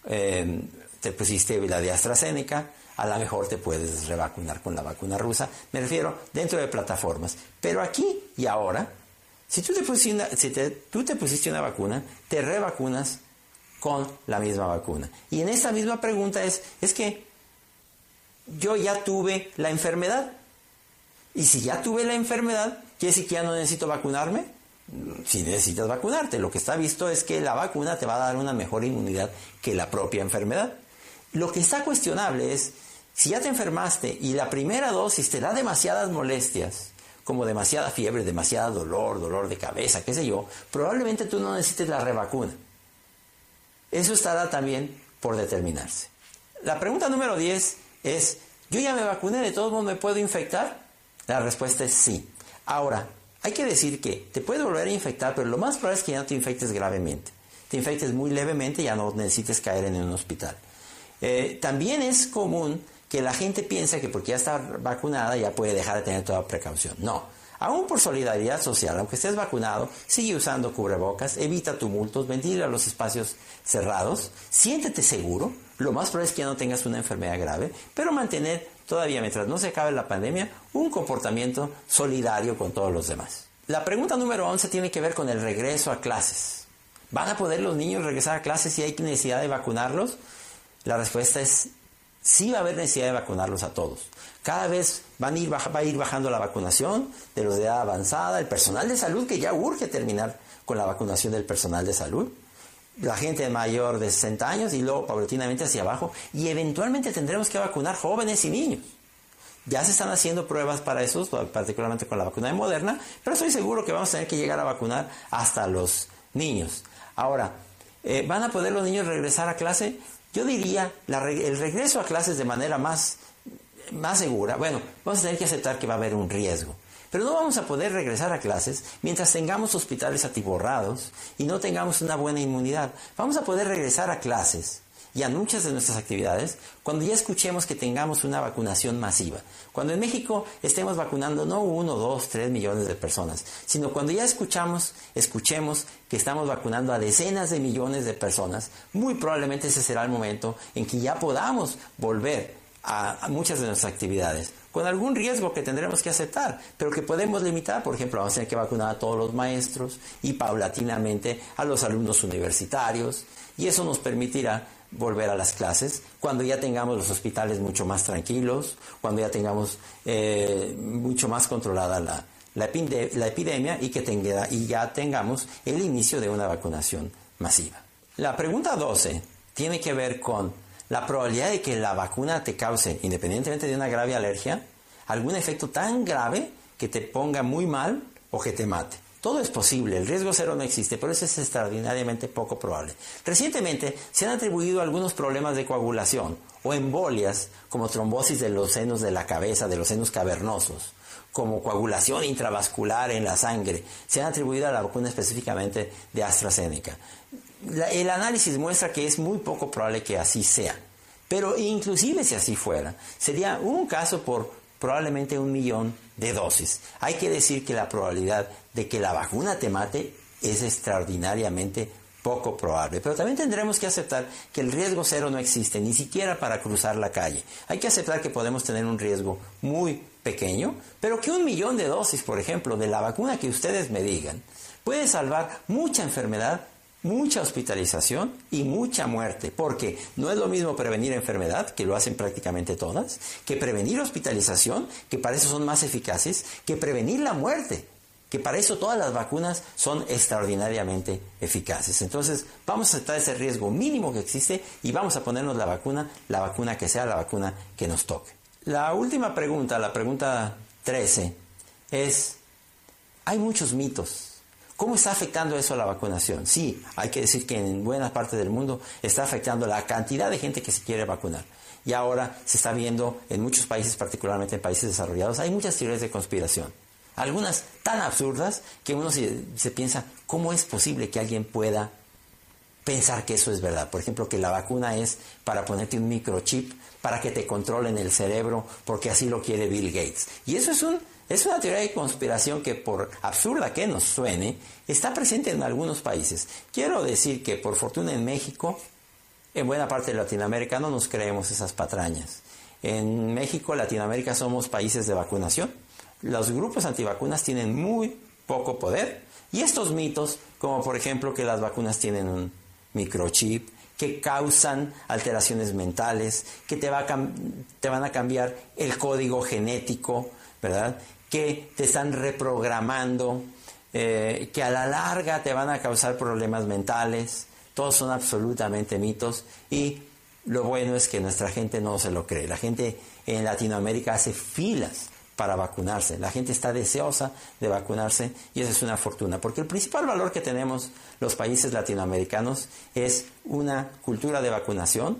Te pusiste la de AstraZeneca, a lo mejor te puedes revacunar con la vacuna rusa. Me refiero dentro de plataformas. Pero aquí y ahora, si tú te pusiste una vacuna, te revacunas con la misma vacuna. Y en esta misma pregunta es que yo ya tuve la enfermedad. Y si ya tuve la enfermedad, ¿quiere decir que ya no necesito vacunarme? Si necesitas vacunarte. Lo que está visto es que la vacuna te va a dar una mejor inmunidad que la propia enfermedad. Lo que está cuestionable es, si ya te enfermaste y la primera dosis te da demasiadas molestias, como demasiada fiebre, demasiado dolor de cabeza, qué sé yo, probablemente tú no necesites la revacuna. Eso estará también por determinarse. La pregunta número 10 es, ¿yo ya me vacuné, de todos modos me puedo infectar? La respuesta es sí. Ahora, hay que decir que te puede volver a infectar, pero lo más probable es que ya no te infectes gravemente. Te infectes muy levemente y ya no necesites caer en un hospital. También es común que la gente piensa que porque ya está vacunada ya puede dejar de tener toda precaución. No, Aún por solidaridad social, aunque estés vacunado, sigue usando cubrebocas, evita tumultos, ventila los espacios cerrados, siéntete seguro. Lo más probable es que ya no tengas una enfermedad grave, pero mantener todavía, mientras no se acabe la pandemia, un comportamiento solidario con todos los demás. La pregunta número 11 tiene que ver con el regreso a clases. ¿Van a poder los niños regresar a clases si hay necesidad de vacunarlos? La respuesta es sí, va a haber necesidad de vacunarlos a todos. Cada vez va a ir bajando la vacunación de los de edad avanzada, el personal de salud, que ya urge terminar con la vacunación del personal de salud, la gente mayor de 60 años y luego paulatinamente hacia abajo, y eventualmente tendremos que vacunar jóvenes y niños. Ya se están haciendo pruebas para eso, particularmente con la vacuna de Moderna, pero estoy seguro que vamos a tener que llegar a vacunar hasta los niños. Ahora, ¿van a poder los niños regresar a clase? Yo diría, el regreso a clases de manera más segura, bueno, vamos a tener que aceptar que va a haber un riesgo. Pero no vamos a poder regresar a clases mientras tengamos hospitales atiborrados y no tengamos una buena inmunidad. Vamos a poder regresar a clases y a muchas de nuestras actividades cuando ya escuchemos que tengamos una vacunación masiva. Cuando en México estemos vacunando no 1, 2, 3 millones de personas, sino cuando ya escuchemos que estamos vacunando a decenas de millones de personas, muy probablemente ese será el momento en que ya podamos volver a muchas de nuestras actividades, con algún riesgo que tendremos que aceptar, pero que podemos limitar. Por ejemplo, vamos a tener que vacunar a todos los maestros y paulatinamente a los alumnos universitarios, y eso nos permitirá volver a las clases cuando ya tengamos los hospitales mucho más tranquilos, cuando ya tengamos mucho más controlada la epidemia y ya tengamos el inicio de una vacunación masiva. La pregunta 12 tiene que ver con la probabilidad de que la vacuna te cause, independientemente de una grave alergia, algún efecto tan grave que te ponga muy mal o que te mate. Todo es posible, el riesgo cero no existe, pero eso es extraordinariamente poco probable. Recientemente se han atribuido algunos problemas de coagulación o embolias como trombosis de los senos de la cabeza, de los senos cavernosos, como coagulación intravascular en la sangre. Se han atribuido a la vacuna específicamente de AstraZeneca. El análisis muestra que es muy poco probable que así sea, pero inclusive si así fuera, sería un caso por probablemente 1 millón de dosis. Hay que decir que la probabilidad de que la vacuna te mate es extraordinariamente poco probable, pero también tendremos que aceptar que el riesgo cero no existe, ni siquiera para cruzar la calle. Hay que aceptar que podemos tener un riesgo muy pequeño, pero que 1 millón de dosis, por ejemplo, de la vacuna que ustedes me digan, puede salvar mucha enfermedad, mucha hospitalización y mucha muerte, porque no es lo mismo prevenir enfermedad, que lo hacen prácticamente todas, que prevenir hospitalización, que para eso son más eficaces, que prevenir la muerte, que para eso todas las vacunas son extraordinariamente eficaces. Entonces vamos a aceptar ese riesgo mínimo que existe y vamos a ponernos la vacuna que sea, la vacuna que nos toque. La última pregunta, la pregunta 13, es, hay muchos mitos. ¿Cómo está afectando eso a la vacunación? Sí, hay que decir que en buena parte del mundo está afectando la cantidad de gente que se quiere vacunar. Y ahora se está viendo en muchos países, particularmente en países desarrollados, hay muchas teorías de conspiración. Algunas tan absurdas que uno se piensa, ¿cómo es posible que alguien pueda pensar que eso es verdad? Por ejemplo, que la vacuna es para ponerte un microchip para que te controlen el cerebro porque así lo quiere Bill Gates. Y eso es una teoría de conspiración que, por absurda que nos suene, está presente en algunos países. Quiero decir que, por fortuna, en México, en buena parte de Latinoamérica, no nos creemos esas patrañas. En México, Latinoamérica, somos países de vacunación. Los grupos antivacunas tienen muy poco poder. Y estos mitos, como por ejemplo que las vacunas tienen un microchip, que causan alteraciones mentales, que te van a cambiar el código genético, ¿verdad?, que te están reprogramando, que a la larga te van a causar problemas mentales. Todos son absolutamente mitos y lo bueno es que nuestra gente no se lo cree. La gente en Latinoamérica hace filas para vacunarse. La gente está deseosa de vacunarse y eso es una fortuna, porque el principal valor que tenemos los países latinoamericanos es una cultura de vacunación,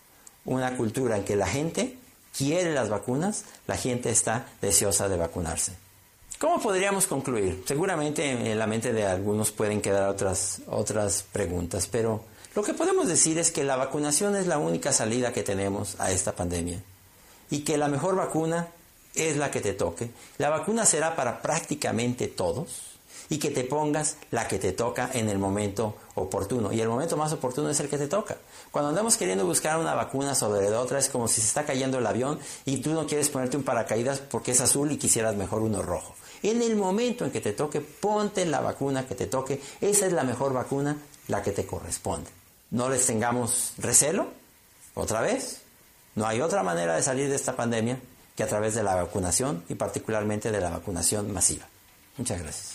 una cultura en que la gente quiere las vacunas, la gente está deseosa de vacunarse. ¿Cómo podríamos concluir? Seguramente en la mente de algunos pueden quedar otras preguntas, pero lo que podemos decir es que la vacunación es la única salida que tenemos a esta pandemia y que la mejor vacuna es la que te toque. La vacuna será para prácticamente todos y que te pongas la que te toca en el momento oportuno. Y el momento más oportuno es el que te toca. Cuando andamos queriendo buscar una vacuna sobre otra, es como si se está cayendo el avión y tú no quieres ponerte un paracaídas porque es azul y quisieras mejor uno rojo. En el momento en que te toque, ponte la vacuna que te toque. Esa es la mejor vacuna, la que te corresponde. No les tengamos recelo, otra vez. No hay otra manera de salir de esta pandemia que a través de la vacunación y particularmente de la vacunación masiva. Muchas gracias.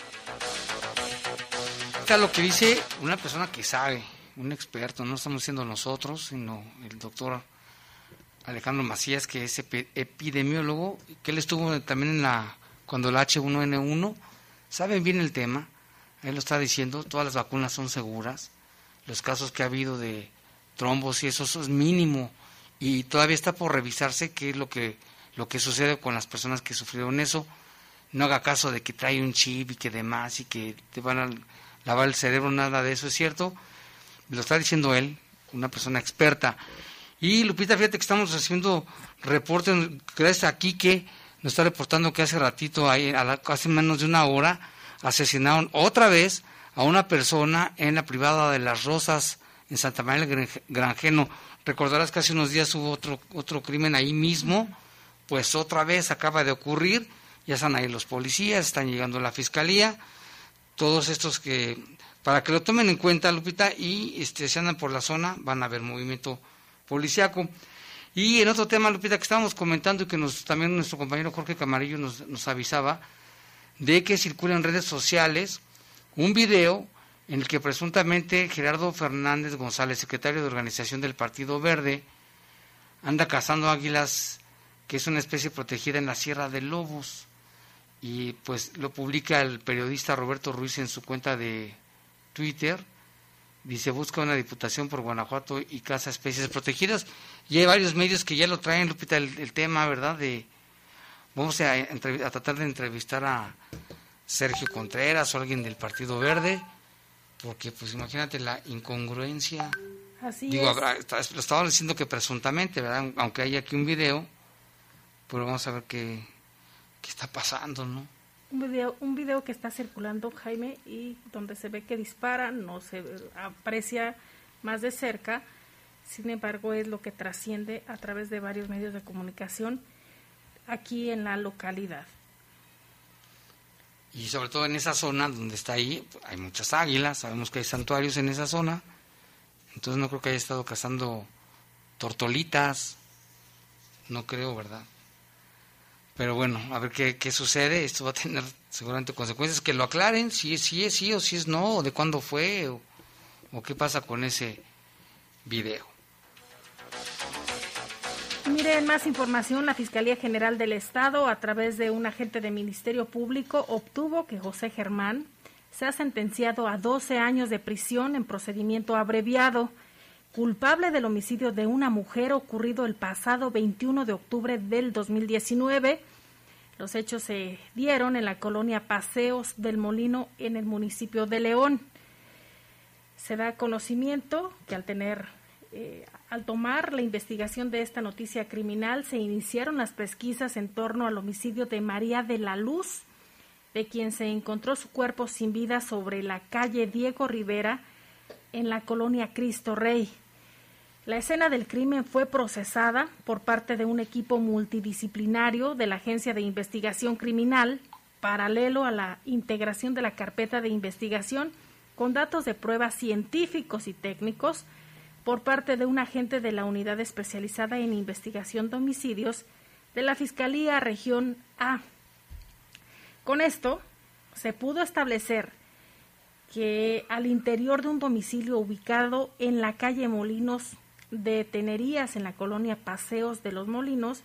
Está lo que dice una persona que sabe, un experto, no estamos siendo nosotros, sino el doctor Alejandro Macías, que es epidemiólogo, que él estuvo también cuando el H1N1, saben bien el tema, él lo está diciendo, todas las vacunas son seguras, los casos que ha habido de trombos y eso es mínimo, y todavía está por revisarse qué es lo que sucede con las personas que sufrieron eso. No haga caso de que trae un chip y que demás y que te van a lavar el cerebro, nada de eso es cierto, lo está diciendo él, una persona experta. Y Lupita, fíjate que estamos haciendo reportes, gracias a Quique, nos está reportando que hace ratito, hace menos de una hora, asesinaron otra vez a una persona en la privada de Las Rosas, en Santa María del Granjeno. Recordarás que hace unos días hubo otro crimen ahí mismo, pues otra vez acaba de ocurrir, ya están ahí los policías, están llegando a la fiscalía, todos estos que, para que lo tomen en cuenta, Lupita, y si andan por la zona, van a ver movimiento policiaco. Y en otro tema, Lupita, que estábamos comentando y que también nuestro compañero Jorge Camarillo nos avisaba, de que circula en redes sociales un video en el que presuntamente Gerardo Fernández González, secretario de organización del Partido Verde, anda cazando águilas, que es una especie protegida en la Sierra de Lobos. Y pues lo publica el periodista Roberto Ruiz en su cuenta de Twitter. Dice, busca una diputación por Guanajuato y caza especies protegidas. Y hay varios medios que ya lo traen, Lupita, el tema, ¿verdad? Vamos a tratar de entrevistar a Sergio Contreras o alguien del Partido Verde, porque pues imagínate la incongruencia. Así Digo, es. Lo estaba diciendo que presuntamente, ¿verdad? Aunque hay aquí un video, pero vamos a ver qué está pasando, ¿no? Un video que está circulando, Jaime, y donde se ve que disparan, no se aprecia más de cerca, sin embargo es lo que trasciende a través de varios medios de comunicación aquí en la localidad. Y sobre todo en esa zona donde está ahí, hay muchas águilas, sabemos que hay santuarios en esa zona, entonces no creo que haya estado cazando tortolitas, no creo, ¿verdad? Pero bueno, a ver qué sucede. Esto va a tener seguramente consecuencias. Que lo aclaren, si es sí o si es no, o de cuándo fue, o qué pasa con ese video. Miren, más información. La Fiscalía General del Estado, a través de un agente del Ministerio Público, obtuvo que José Germán sea sentenciado a 12 años de prisión en procedimiento abreviado, culpable del homicidio de una mujer ocurrido el pasado 21 de octubre del 2019. Los hechos se dieron en la colonia Paseos del Molino, en el municipio de León. Se da conocimiento que al tomar la investigación de esta noticia criminal, se iniciaron las pesquisas en torno al homicidio de María de la Luz, de quien se encontró su cuerpo sin vida sobre la calle Diego Rivera, en la colonia Cristo Rey. La escena del crimen fue procesada por parte de un equipo multidisciplinario de la Agencia de Investigación Criminal, paralelo a la integración de la carpeta de investigación con datos de pruebas científicos y técnicos por parte de un agente de la Unidad Especializada en Investigación de Homicidios de la Fiscalía Región A. Con esto se pudo establecer que al interior de un domicilio ubicado en la calle Molinos de Tenerías, en la colonia Paseos del Molino,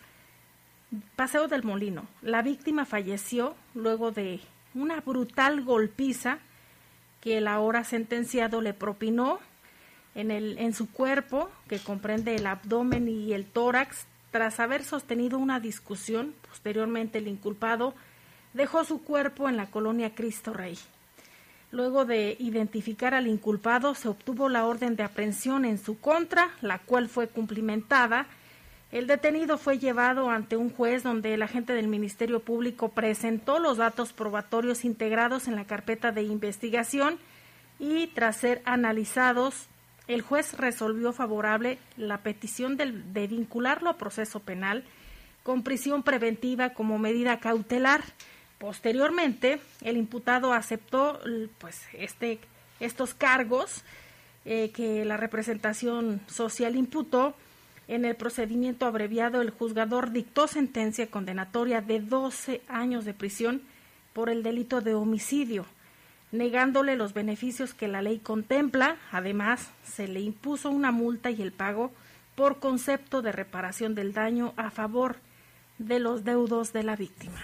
la víctima falleció luego de una brutal golpiza que el ahora sentenciado le propinó en su cuerpo, que comprende el abdomen y el tórax. Tras haber sostenido una discusión, posteriormente el inculpado dejó su cuerpo en la colonia Cristo Rey. Luego de identificar al inculpado, se obtuvo la orden de aprehensión en su contra, la cual fue cumplimentada El detenido fue llevado ante un juez donde el agente del Ministerio Público presentó los datos probatorios integrados en la carpeta de investigación y tras ser analizados, el juez resolvió favorable la petición de vincularlo a proceso penal con prisión preventiva como medida cautelar. Posteriormente, el imputado aceptó estos cargos que la representación social imputó. En el procedimiento abreviado, el juzgador dictó sentencia condenatoria de 12 años de prisión por el delito de homicidio, negándole los beneficios que la ley contempla. Además, se le impuso una multa y el pago por concepto de reparación del daño a favor de los deudos de la víctima.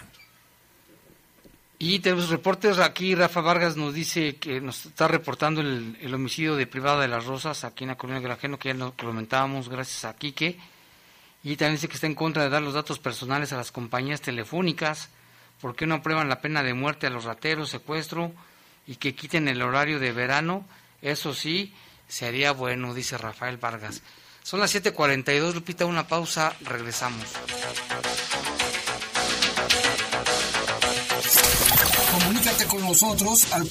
Y tenemos reportes aquí. Rafa Vargas nos dice que nos está reportando el homicidio de Privada de las Rosas aquí en la colonia Granjeno, que ya lo comentábamos gracias a Quique. Y también dice que está en contra de dar los datos personales a las compañías telefónicas. ¿Por qué no aprueban la pena de muerte a los rateros, secuestro y que quiten el horario de verano? Eso sí, sería bueno, dice Rafael Vargas. Son las 7:42, Lupita, una pausa, regresamos. Comunícate con nosotros al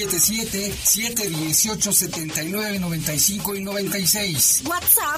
477-718-7995 y 96. WhatsApp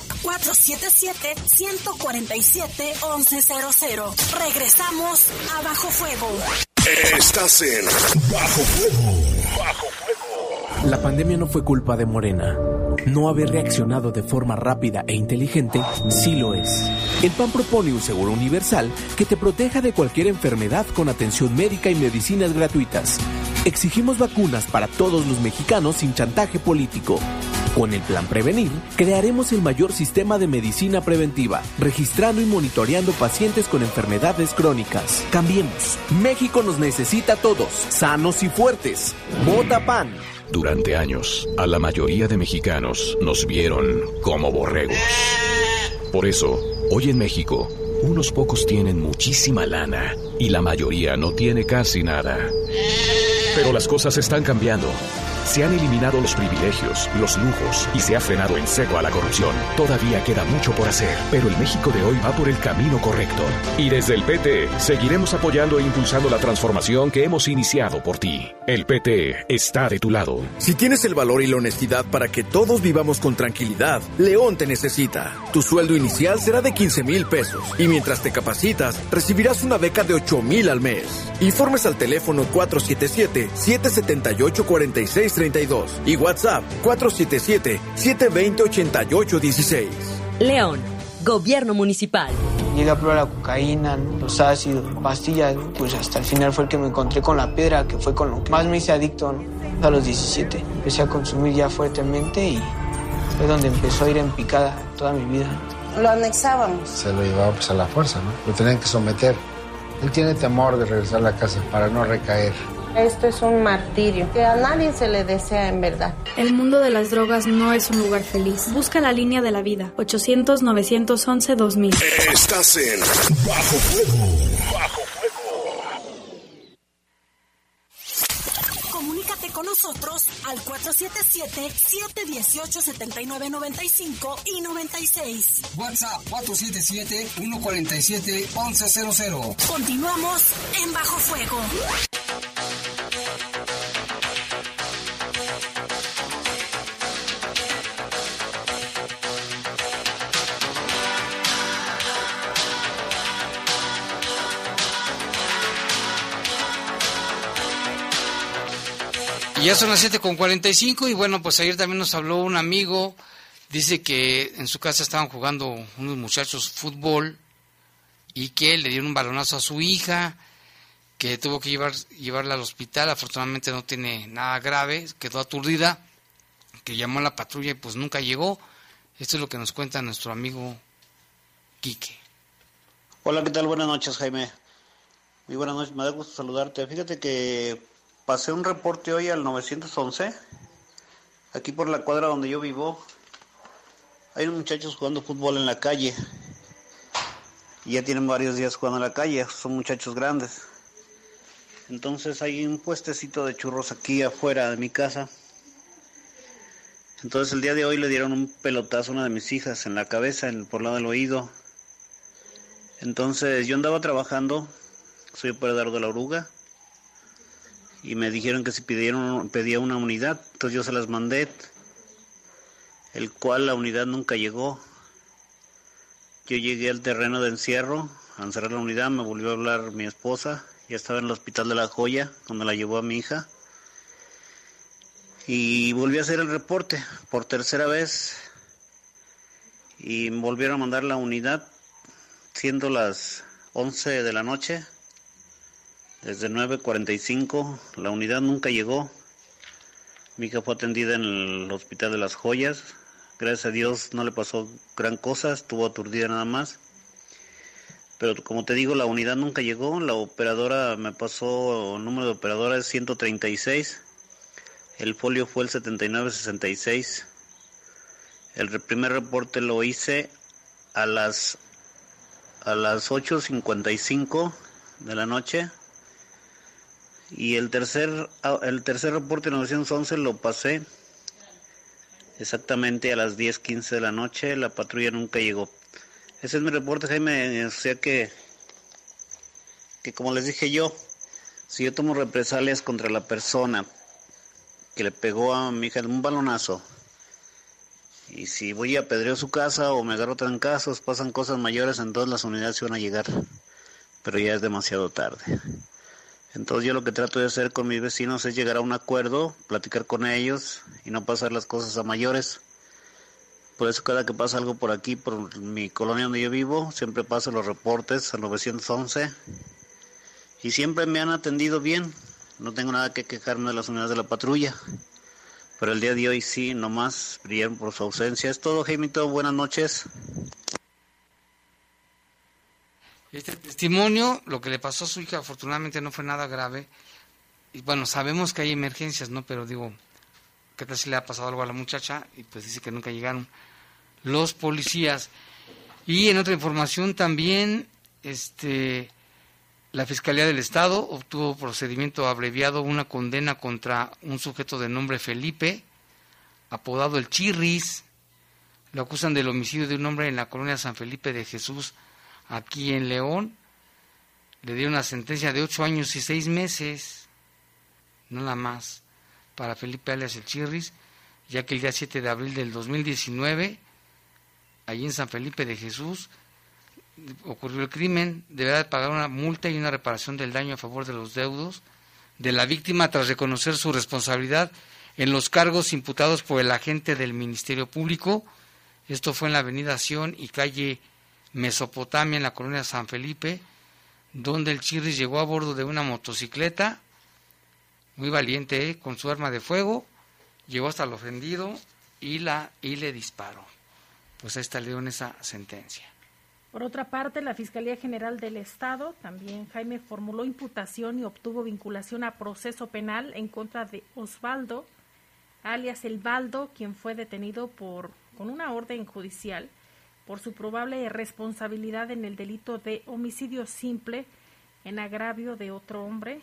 477-147-1100. Regresamos a Bajo Fuego. Estás en Bajo Fuego. Bajo Fuego. La pandemia no fue culpa de Morena. No haber reaccionado de forma rápida e inteligente sí lo es. El PAN propone un seguro universal que te proteja de cualquier enfermedad con atención médica y medicinas gratuitas. Exigimos vacunas para todos los mexicanos sin chantaje político. Con el Plan Prevenir, crearemos el mayor sistema de medicina preventiva, registrando y monitoreando pacientes con enfermedades crónicas. Cambiemos. México nos necesita a todos, sanos y fuertes. Vota PAN. Durante años, a la mayoría de mexicanos nos vieron como borregos. Por eso, hoy en México, unos pocos tienen muchísima lana y la mayoría no tiene casi nada. Pero las cosas están cambiando. Se han eliminado los privilegios, los lujos y se ha frenado en seco a la corrupción. Todavía queda mucho por hacer, pero el México de hoy va por el camino correcto. Y desde el PT seguiremos apoyando e impulsando la transformación que hemos iniciado por ti. El PT está de tu lado. Si tienes el valor y la honestidad para que todos vivamos con tranquilidad, León te necesita. Tu sueldo inicial será de 15,000 pesos y mientras te capacitas, recibirás una beca de 8,000 al mes. Informes al teléfono 477-778-4632 y WhatsApp 477-720-8816. León, Gobierno Municipal. Llegué a probar la cocaína, los ácidos, pastillas, pues hasta el final fue el que me encontré con la piedra, que fue con lo que más me hice adicto, ¿no? A los 17. Empecé a consumir ya fuertemente y fue donde empezó a ir en picada toda mi vida. Lo anexábamos. Se lo llevaba pues a la fuerza, ¿no? Lo tenían que someter. Él tiene temor de regresar a la casa para no recaer. Esto es un martirio que a nadie se le desea en verdad. El mundo de las drogas no es un lugar feliz. Busca la línea de la vida. 800-911-2000. Estás en Bajo Fuego. Bajo Fuego. Comunícate con nosotros al 477-718-7995 y 96. WhatsApp 477-147-1100. Continuamos en Bajo Fuego. Y ya son las 7:45 y bueno, pues ayer también nos habló un amigo, dice que en su casa estaban jugando unos muchachos fútbol y que le dieron un balonazo a su hija, que tuvo que llevarla al hospital, afortunadamente no tiene nada grave, quedó aturdida, que llamó a la patrulla y pues nunca llegó. Esto es lo que nos cuenta nuestro amigo Quique. Hola, ¿qué tal? Buenas noches, Jaime. Muy buenas noches, me da gusto saludarte. Fíjate que pasé un reporte hoy al 911, aquí por la cuadra donde yo vivo. Hay unos muchachos jugando fútbol en la calle, y ya tienen varios días jugando en la calle, son muchachos grandes. Entonces hay un puestecito de churros aquí afuera de mi casa. Entonces el día de hoy le dieron un pelotazo a una de mis hijas en la cabeza, por el lado del oído. Entonces yo andaba trabajando, soy operador de la oruga, y me dijeron que si pedía una unidad, entonces yo se las mandé, el cual la unidad nunca llegó. Yo llegué al terreno de encierro, a encerrar la unidad, me volvió a hablar mi esposa, ya estaba en el hospital de La Joya, donde la llevó a mi hija, y volví a hacer el reporte por tercera vez, y me volvieron a mandar la unidad, siendo las 11 de la noche, desde 9:45, la unidad nunca llegó. Mi hija fue atendida en el hospital de Las Joyas, gracias a Dios no le pasó gran cosa, estuvo aturdida nada más. Pero como te digo, la unidad nunca llegó, la operadora me pasó, el número de operadora es 136, el folio fue el 7966. El primer reporte lo hice a las 8:55 de la noche, y el tercer reporte 911 lo pasé exactamente a las 10:15 de la noche, la patrulla nunca llegó. Ese es mi reporte, Jaime. O sea que como les dije yo, si yo tomo represalias contra la persona que le pegó a mi hija un balonazo, y si voy a apedreo su casa o me agarro trancazos, pasan cosas mayores, entonces las unidades van a llegar, pero ya es demasiado tarde. Entonces yo lo que trato de hacer con mis vecinos es llegar a un acuerdo, platicar con ellos y no pasar las cosas a mayores. Por eso cada que pasa algo por aquí, por mi colonia donde yo vivo, siempre paso los reportes al 911 y siempre me han atendido bien. No tengo nada que quejarme de las unidades de la patrulla, pero el día de hoy sí, nomás brillaron por su ausencia. Es todo, Jaimito, buenas noches. Este testimonio, lo que le pasó a su hija, afortunadamente no fue nada grave. Y bueno, sabemos que hay emergencias, ¿no? Pero digo, ¿qué tal si le ha pasado algo a la muchacha? Y pues dice que nunca llegaron los policías. Y en otra información también, la Fiscalía del Estado obtuvo procedimiento abreviado una condena contra un sujeto de nombre Felipe, apodado el Chirris. Lo acusan del homicidio de un hombre en la colonia San Felipe de Jesús, aquí en León. Le dieron una sentencia de 8 años y 6 meses, nada más, para Felipe alias el Chirris, ya que el día 7 de abril del 2019, allí en San Felipe de Jesús, ocurrió el crimen. Deberá de pagar una multa y una reparación del daño a favor de los deudos de la víctima tras reconocer su responsabilidad en los cargos imputados por el agente del Ministerio Público. Esto fue en la avenida Sion y calle Mesopotamia, en la colonia San Felipe, donde el Chirris llegó a bordo de una motocicleta, muy valiente, con su arma de fuego, llegó hasta el ofendido y le disparó. Pues ahí está, León, esa sentencia. Por otra parte, la Fiscalía General del Estado también, Jaime, formuló imputación y obtuvo vinculación a proceso penal en contra de Osvaldo, alias El Baldo, quien fue detenido con una orden judicial por su probable responsabilidad en el delito de homicidio simple en agravio de otro hombre,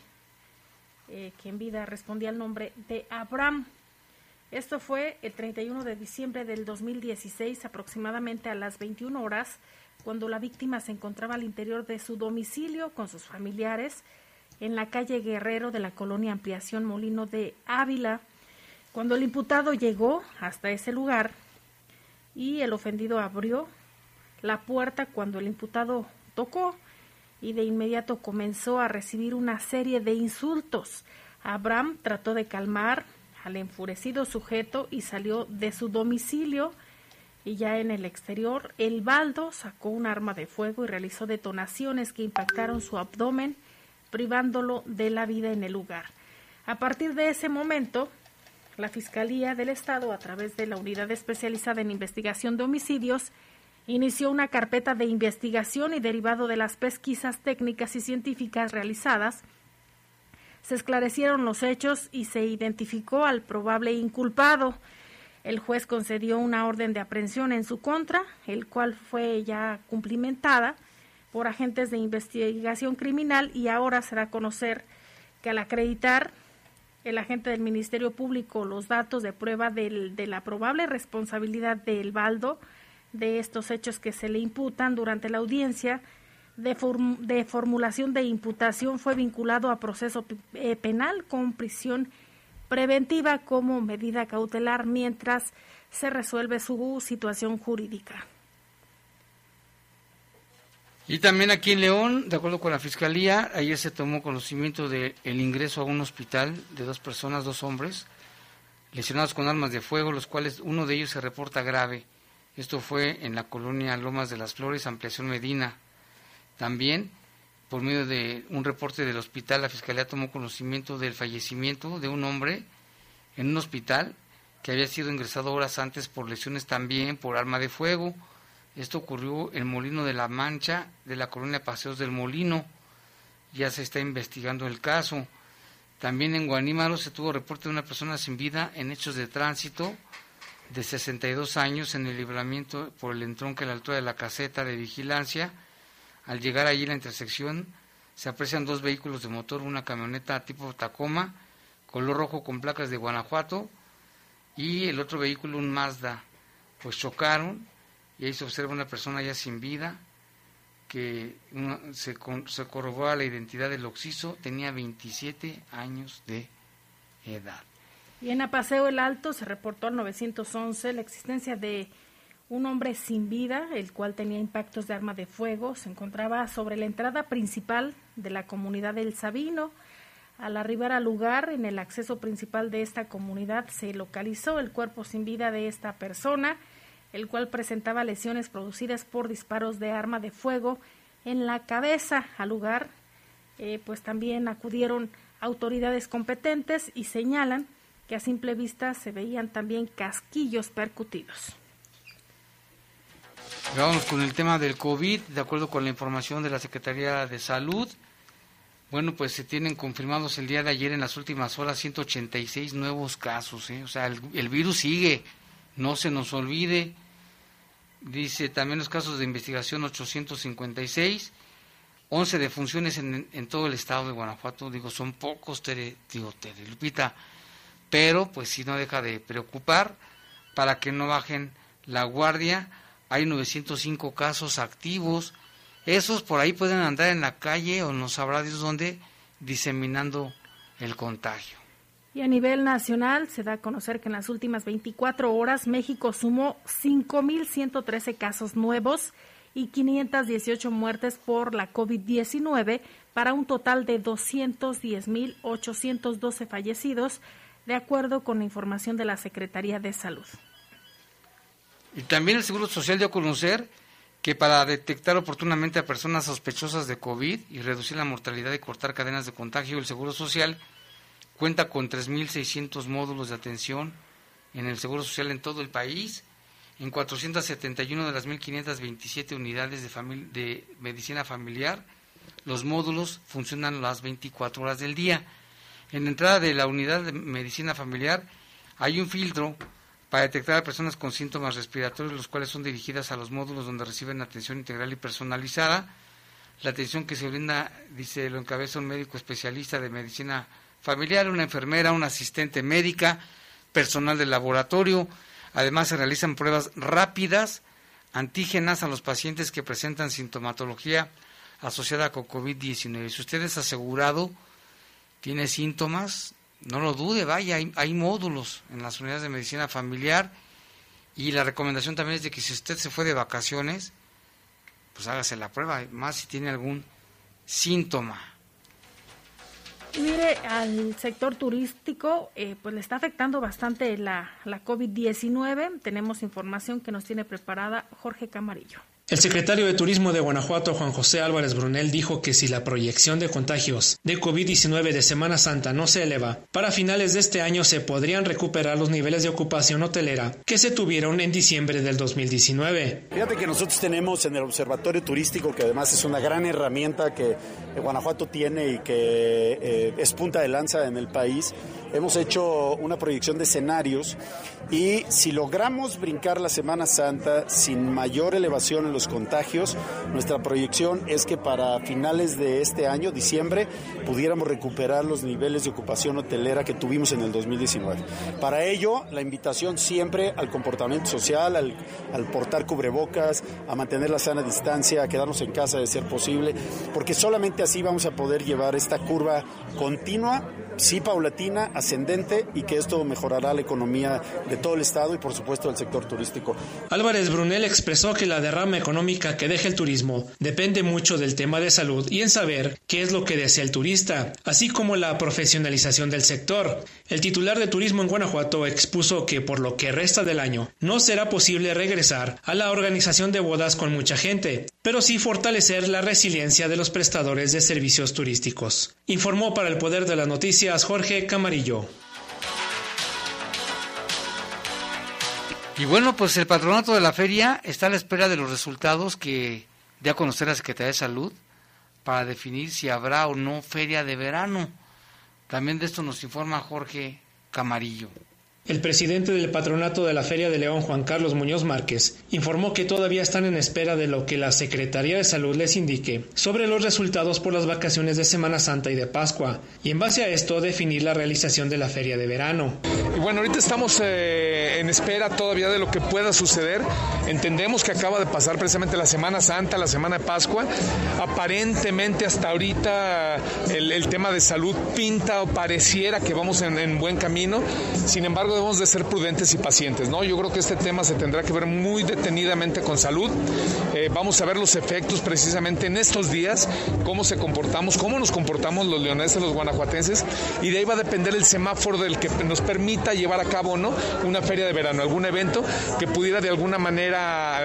que en vida respondía al nombre de Abraham. Esto fue el 31 de diciembre del 2016, aproximadamente a las 21 horas, cuando la víctima se encontraba al interior de su domicilio con sus familiares en la calle Guerrero de la colonia Ampliación Molino de Ávila. Cuando el imputado llegó hasta ese lugar y el ofendido abrió la puerta cuando el imputado tocó, y de inmediato comenzó a recibir una serie de insultos. Abraham trató de calmar al enfurecido sujeto y salió de su domicilio, y ya en el exterior, El Baldo sacó un arma de fuego y realizó detonaciones que impactaron su abdomen, privándolo de la vida en el lugar. A partir de ese momento, la Fiscalía del Estado, a través de la Unidad Especializada en Investigación de Homicidios, inició una carpeta de investigación y, derivado de las pesquisas técnicas y científicas realizadas, se esclarecieron los hechos y se identificó al probable inculpado. El juez concedió una orden de aprehensión en su contra, el cual fue ya cumplimentada por agentes de investigación criminal, y ahora se da a conocer que al acreditar el agente del Ministerio Público los datos de prueba de la probable responsabilidad de El Baldo de estos hechos que se le imputan durante la audiencia, de formulación de imputación fue vinculado a proceso penal con prisión preventiva como medida cautelar mientras se resuelve su situación jurídica. Y también aquí en León, de acuerdo con la Fiscalía, ayer se tomó conocimiento del ingreso a un hospital de 2 personas, 2 hombres, lesionados con armas de fuego, los cuales uno de ellos se reporta grave. Esto fue en la colonia Lomas de las Flores, Ampliación Medina. También, por medio de un reporte del hospital, la Fiscalía tomó conocimiento del fallecimiento de un hombre en un hospital que había sido ingresado horas antes por lesiones también por arma de fuego. Esto ocurrió en Molino de la Mancha, de la colonia Paseos del Molino. Ya se está investigando el caso. También en Guanímaro se tuvo reporte de una persona sin vida en hechos de tránsito de 62 años en el libramiento por el entronque a la altura de la caseta de vigilancia. Al llegar allí a la intersección se aprecian 2 vehículos de motor, una camioneta tipo Tacoma, color rojo con placas de Guanajuato, y el otro vehículo, un Mazda. Pues chocaron y ahí se observa una persona ya sin vida, que se corrobora la identidad del occiso, tenía 27 años de edad. Y en Apaseo El Alto se reportó al 911 la existencia de un hombre sin vida, el cual tenía impactos de arma de fuego. Se encontraba sobre la entrada principal de la comunidad del Sabino. Al arribar al lugar, en el acceso principal de esta comunidad, se localizó el cuerpo sin vida de esta persona, el cual presentaba lesiones producidas por disparos de arma de fuego en la cabeza. Al lugar, pues también acudieron autoridades competentes y señalan que a simple vista se veían también casquillos percutidos. Vamos con el tema del COVID, de acuerdo con la información de la Secretaría de Salud. Bueno, pues se tienen confirmados el día de ayer en las últimas horas 186 nuevos casos, O sea, el virus sigue, no se nos olvide. Dice también los casos de investigación 856, 11 defunciones en todo el estado de Guanajuato. Digo, son pocos, Lupita, pero pues sí no deja de preocupar. Para que no bajen la guardia, hay 905 casos activos. Esos por ahí pueden andar en la calle o no sabrá Dios dónde diseminando el contagio. Y a nivel nacional se da a conocer que en las últimas 24 horas México sumó 5.113 casos nuevos y 518 muertes por la COVID-19 para un total de 210.812 fallecidos, de acuerdo con la información de la Secretaría de Salud. Y también el Seguro Social dio a conocer que para detectar oportunamente a personas sospechosas de COVID y reducir la mortalidad y cortar cadenas de contagio, el Seguro Social cuenta con 3.600 módulos de atención en el Seguro Social en todo el país. En 471 de las 1.527 unidades de medicina familiar, los módulos funcionan las 24 horas del día. En la entrada de la unidad de medicina familiar hay un filtro para detectar a personas con síntomas respiratorios, los cuales son dirigidas a los módulos donde reciben atención integral y personalizada. La atención que se brinda, dice, lo encabeza un médico especialista de medicina familiar, una enfermera, una asistente médica, personal de laboratorio. Además se realizan pruebas rápidas, antígenas a los pacientes que presentan sintomatología asociada con COVID-19. Si usted es asegurado, tiene síntomas, no lo dude, vaya, hay módulos en las unidades de medicina familiar, y la recomendación también es de que si usted se fue de vacaciones, pues hágase la prueba, más si tiene algún síntoma. Mire, al sector turístico pues le está afectando bastante la COVID-19. Tenemos información que nos tiene preparada Jorge Camarillo. El secretario de Turismo de Guanajuato, Juan José Álvarez Brunel, dijo que si la proyección de contagios de COVID-19 de Semana Santa no se eleva, para finales de este año se podrían recuperar los niveles de ocupación hotelera que se tuvieron en diciembre del 2019. Fíjate que nosotros tenemos en el Observatorio Turístico, que además es una gran herramienta que Guanajuato tiene y que es punta de lanza en el país, hemos hecho una proyección de escenarios y si logramos brincar la Semana Santa sin mayor elevación en los contagios, nuestra proyección es que para finales de este año, diciembre, pudiéramos recuperar los niveles de ocupación hotelera que tuvimos en el 2019. Para ello, la invitación siempre al comportamiento social, al portar cubrebocas, a mantener la sana distancia, a quedarnos en casa de ser posible, porque solamente así vamos a poder llevar esta curva continua, sí paulatina, ascendente, y que esto mejorará la economía de todo el estado y por supuesto del sector turístico. Álvarez Brunel expresó que la derrama económica que deja el turismo depende mucho del tema de salud y en saber qué es lo que desea el turista, así como la profesionalización del sector. El titular de Turismo en Guanajuato expuso que por lo que resta del año no será posible regresar a la organización de bodas con mucha gente, pero sí fortalecer la resiliencia de los prestadores de servicios turísticos. Informó para el Poder de las Noticias Jorge Camarillo. Y bueno, pues el patronato de la feria está a la espera de los resultados que dé a conocer la Secretaría de Salud para definir si habrá o no feria de verano. También de esto nos informa Jorge Camarillo. El presidente del patronato de la Feria de León, Juan Carlos Muñoz Márquez, informó que todavía están en espera de lo que la Secretaría de Salud les indique sobre los resultados por las vacaciones de Semana Santa y de Pascua, y en base a esto definir la realización de la feria de verano. Y bueno, ahorita estamos en espera todavía de lo que pueda suceder. Entendemos que acaba de pasar precisamente la Semana Santa, la Semana de Pascua. Aparentemente hasta ahorita el tema de salud pinta o pareciera que vamos en buen camino. Sin embargo, debemos de ser prudentes y pacientes, ¿no? Yo creo que este tema se tendrá que ver muy detenidamente con salud. Vamos a ver los efectos precisamente en estos días, cómo nos comportamos los leoneses, los guanajuatenses, y de ahí va a depender el semáforo del que nos permita llevar a cabo, ¿no?, una feria de verano, algún evento que pudiera de alguna manera,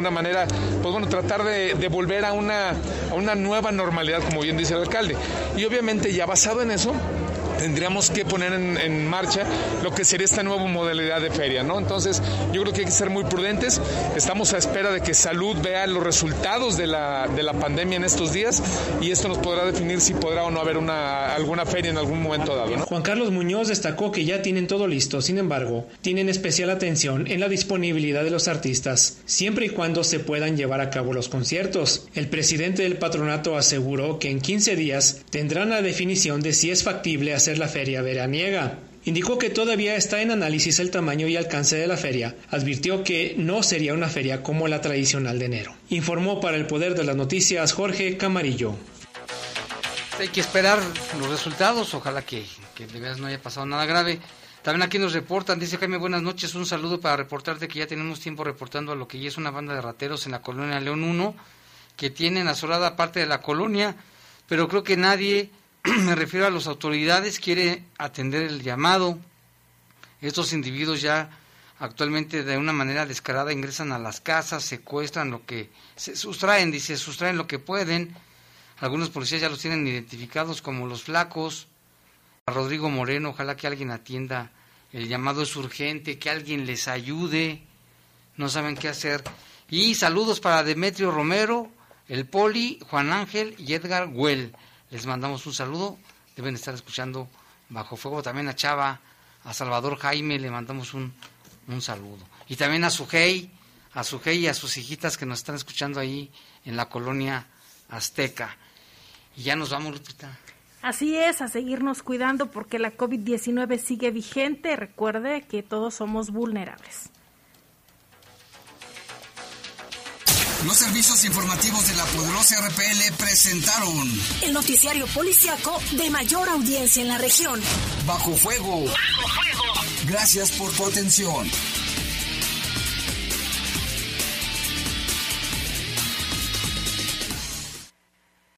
pues bueno, tratar de volver a una nueva normalidad, como bien dice el alcalde. Y obviamente ya basado en eso, tendríamos que poner en marcha lo que sería esta nueva modalidad de feria, ¿no? Entonces, yo creo que hay que ser muy prudentes. Estamos a espera de que Salud vea los resultados de la pandemia en estos días y esto nos podrá definir si podrá o no haber alguna feria en algún momento dado, ¿no? Juan Carlos Muñoz destacó que ya tienen todo listo, sin embargo, tienen especial atención en la disponibilidad de los artistas, siempre y cuando se puedan llevar a cabo los conciertos. El presidente del patronato aseguró que en 15 días tendrán la definición de si es factible hacer la feria veraniega. Indicó que todavía está en análisis el tamaño y alcance de la feria. Advirtió que no sería una feria como la tradicional de enero. Informó para el Poder de las Noticias Jorge Camarillo. Hay que esperar los resultados, ojalá que de veras no haya pasado nada grave. También aquí nos reportan, dice Jaime, buenas noches, un saludo para reportarte que ya tenemos tiempo reportando a lo que ya es una banda de rateros en la colonia León 1, que tienen asolada parte de la colonia, pero creo que nadie, me refiero a las autoridades, quiere atender el llamado. Estos individuos ya actualmente de una manera descarada ingresan a las casas, secuestran sustraen lo que pueden. Algunos policías ya los tienen identificados como los flacos. A Rodrigo Moreno, ojalá que alguien atienda, el llamado es urgente, que alguien les ayude, no saben qué hacer. Y saludos para Demetrio Romero, el Poli, Juan Ángel y Edgar Güell. Les mandamos un saludo, deben estar escuchando Bajo Fuego. También a Chava, a Salvador Jaime le mandamos un saludo. Y también a Sujei y a sus hijitas que nos están escuchando ahí en la colonia Azteca. Y ya nos vamos, Lupita. Así es, a seguirnos cuidando porque la COVID-19 sigue vigente. Recuerde que todos somos vulnerables. Los servicios informativos de la poderosa RPL presentaron el noticiario policiaco de mayor audiencia en la región. Bajo Fuego. Bajo Fuego. Gracias por tu atención.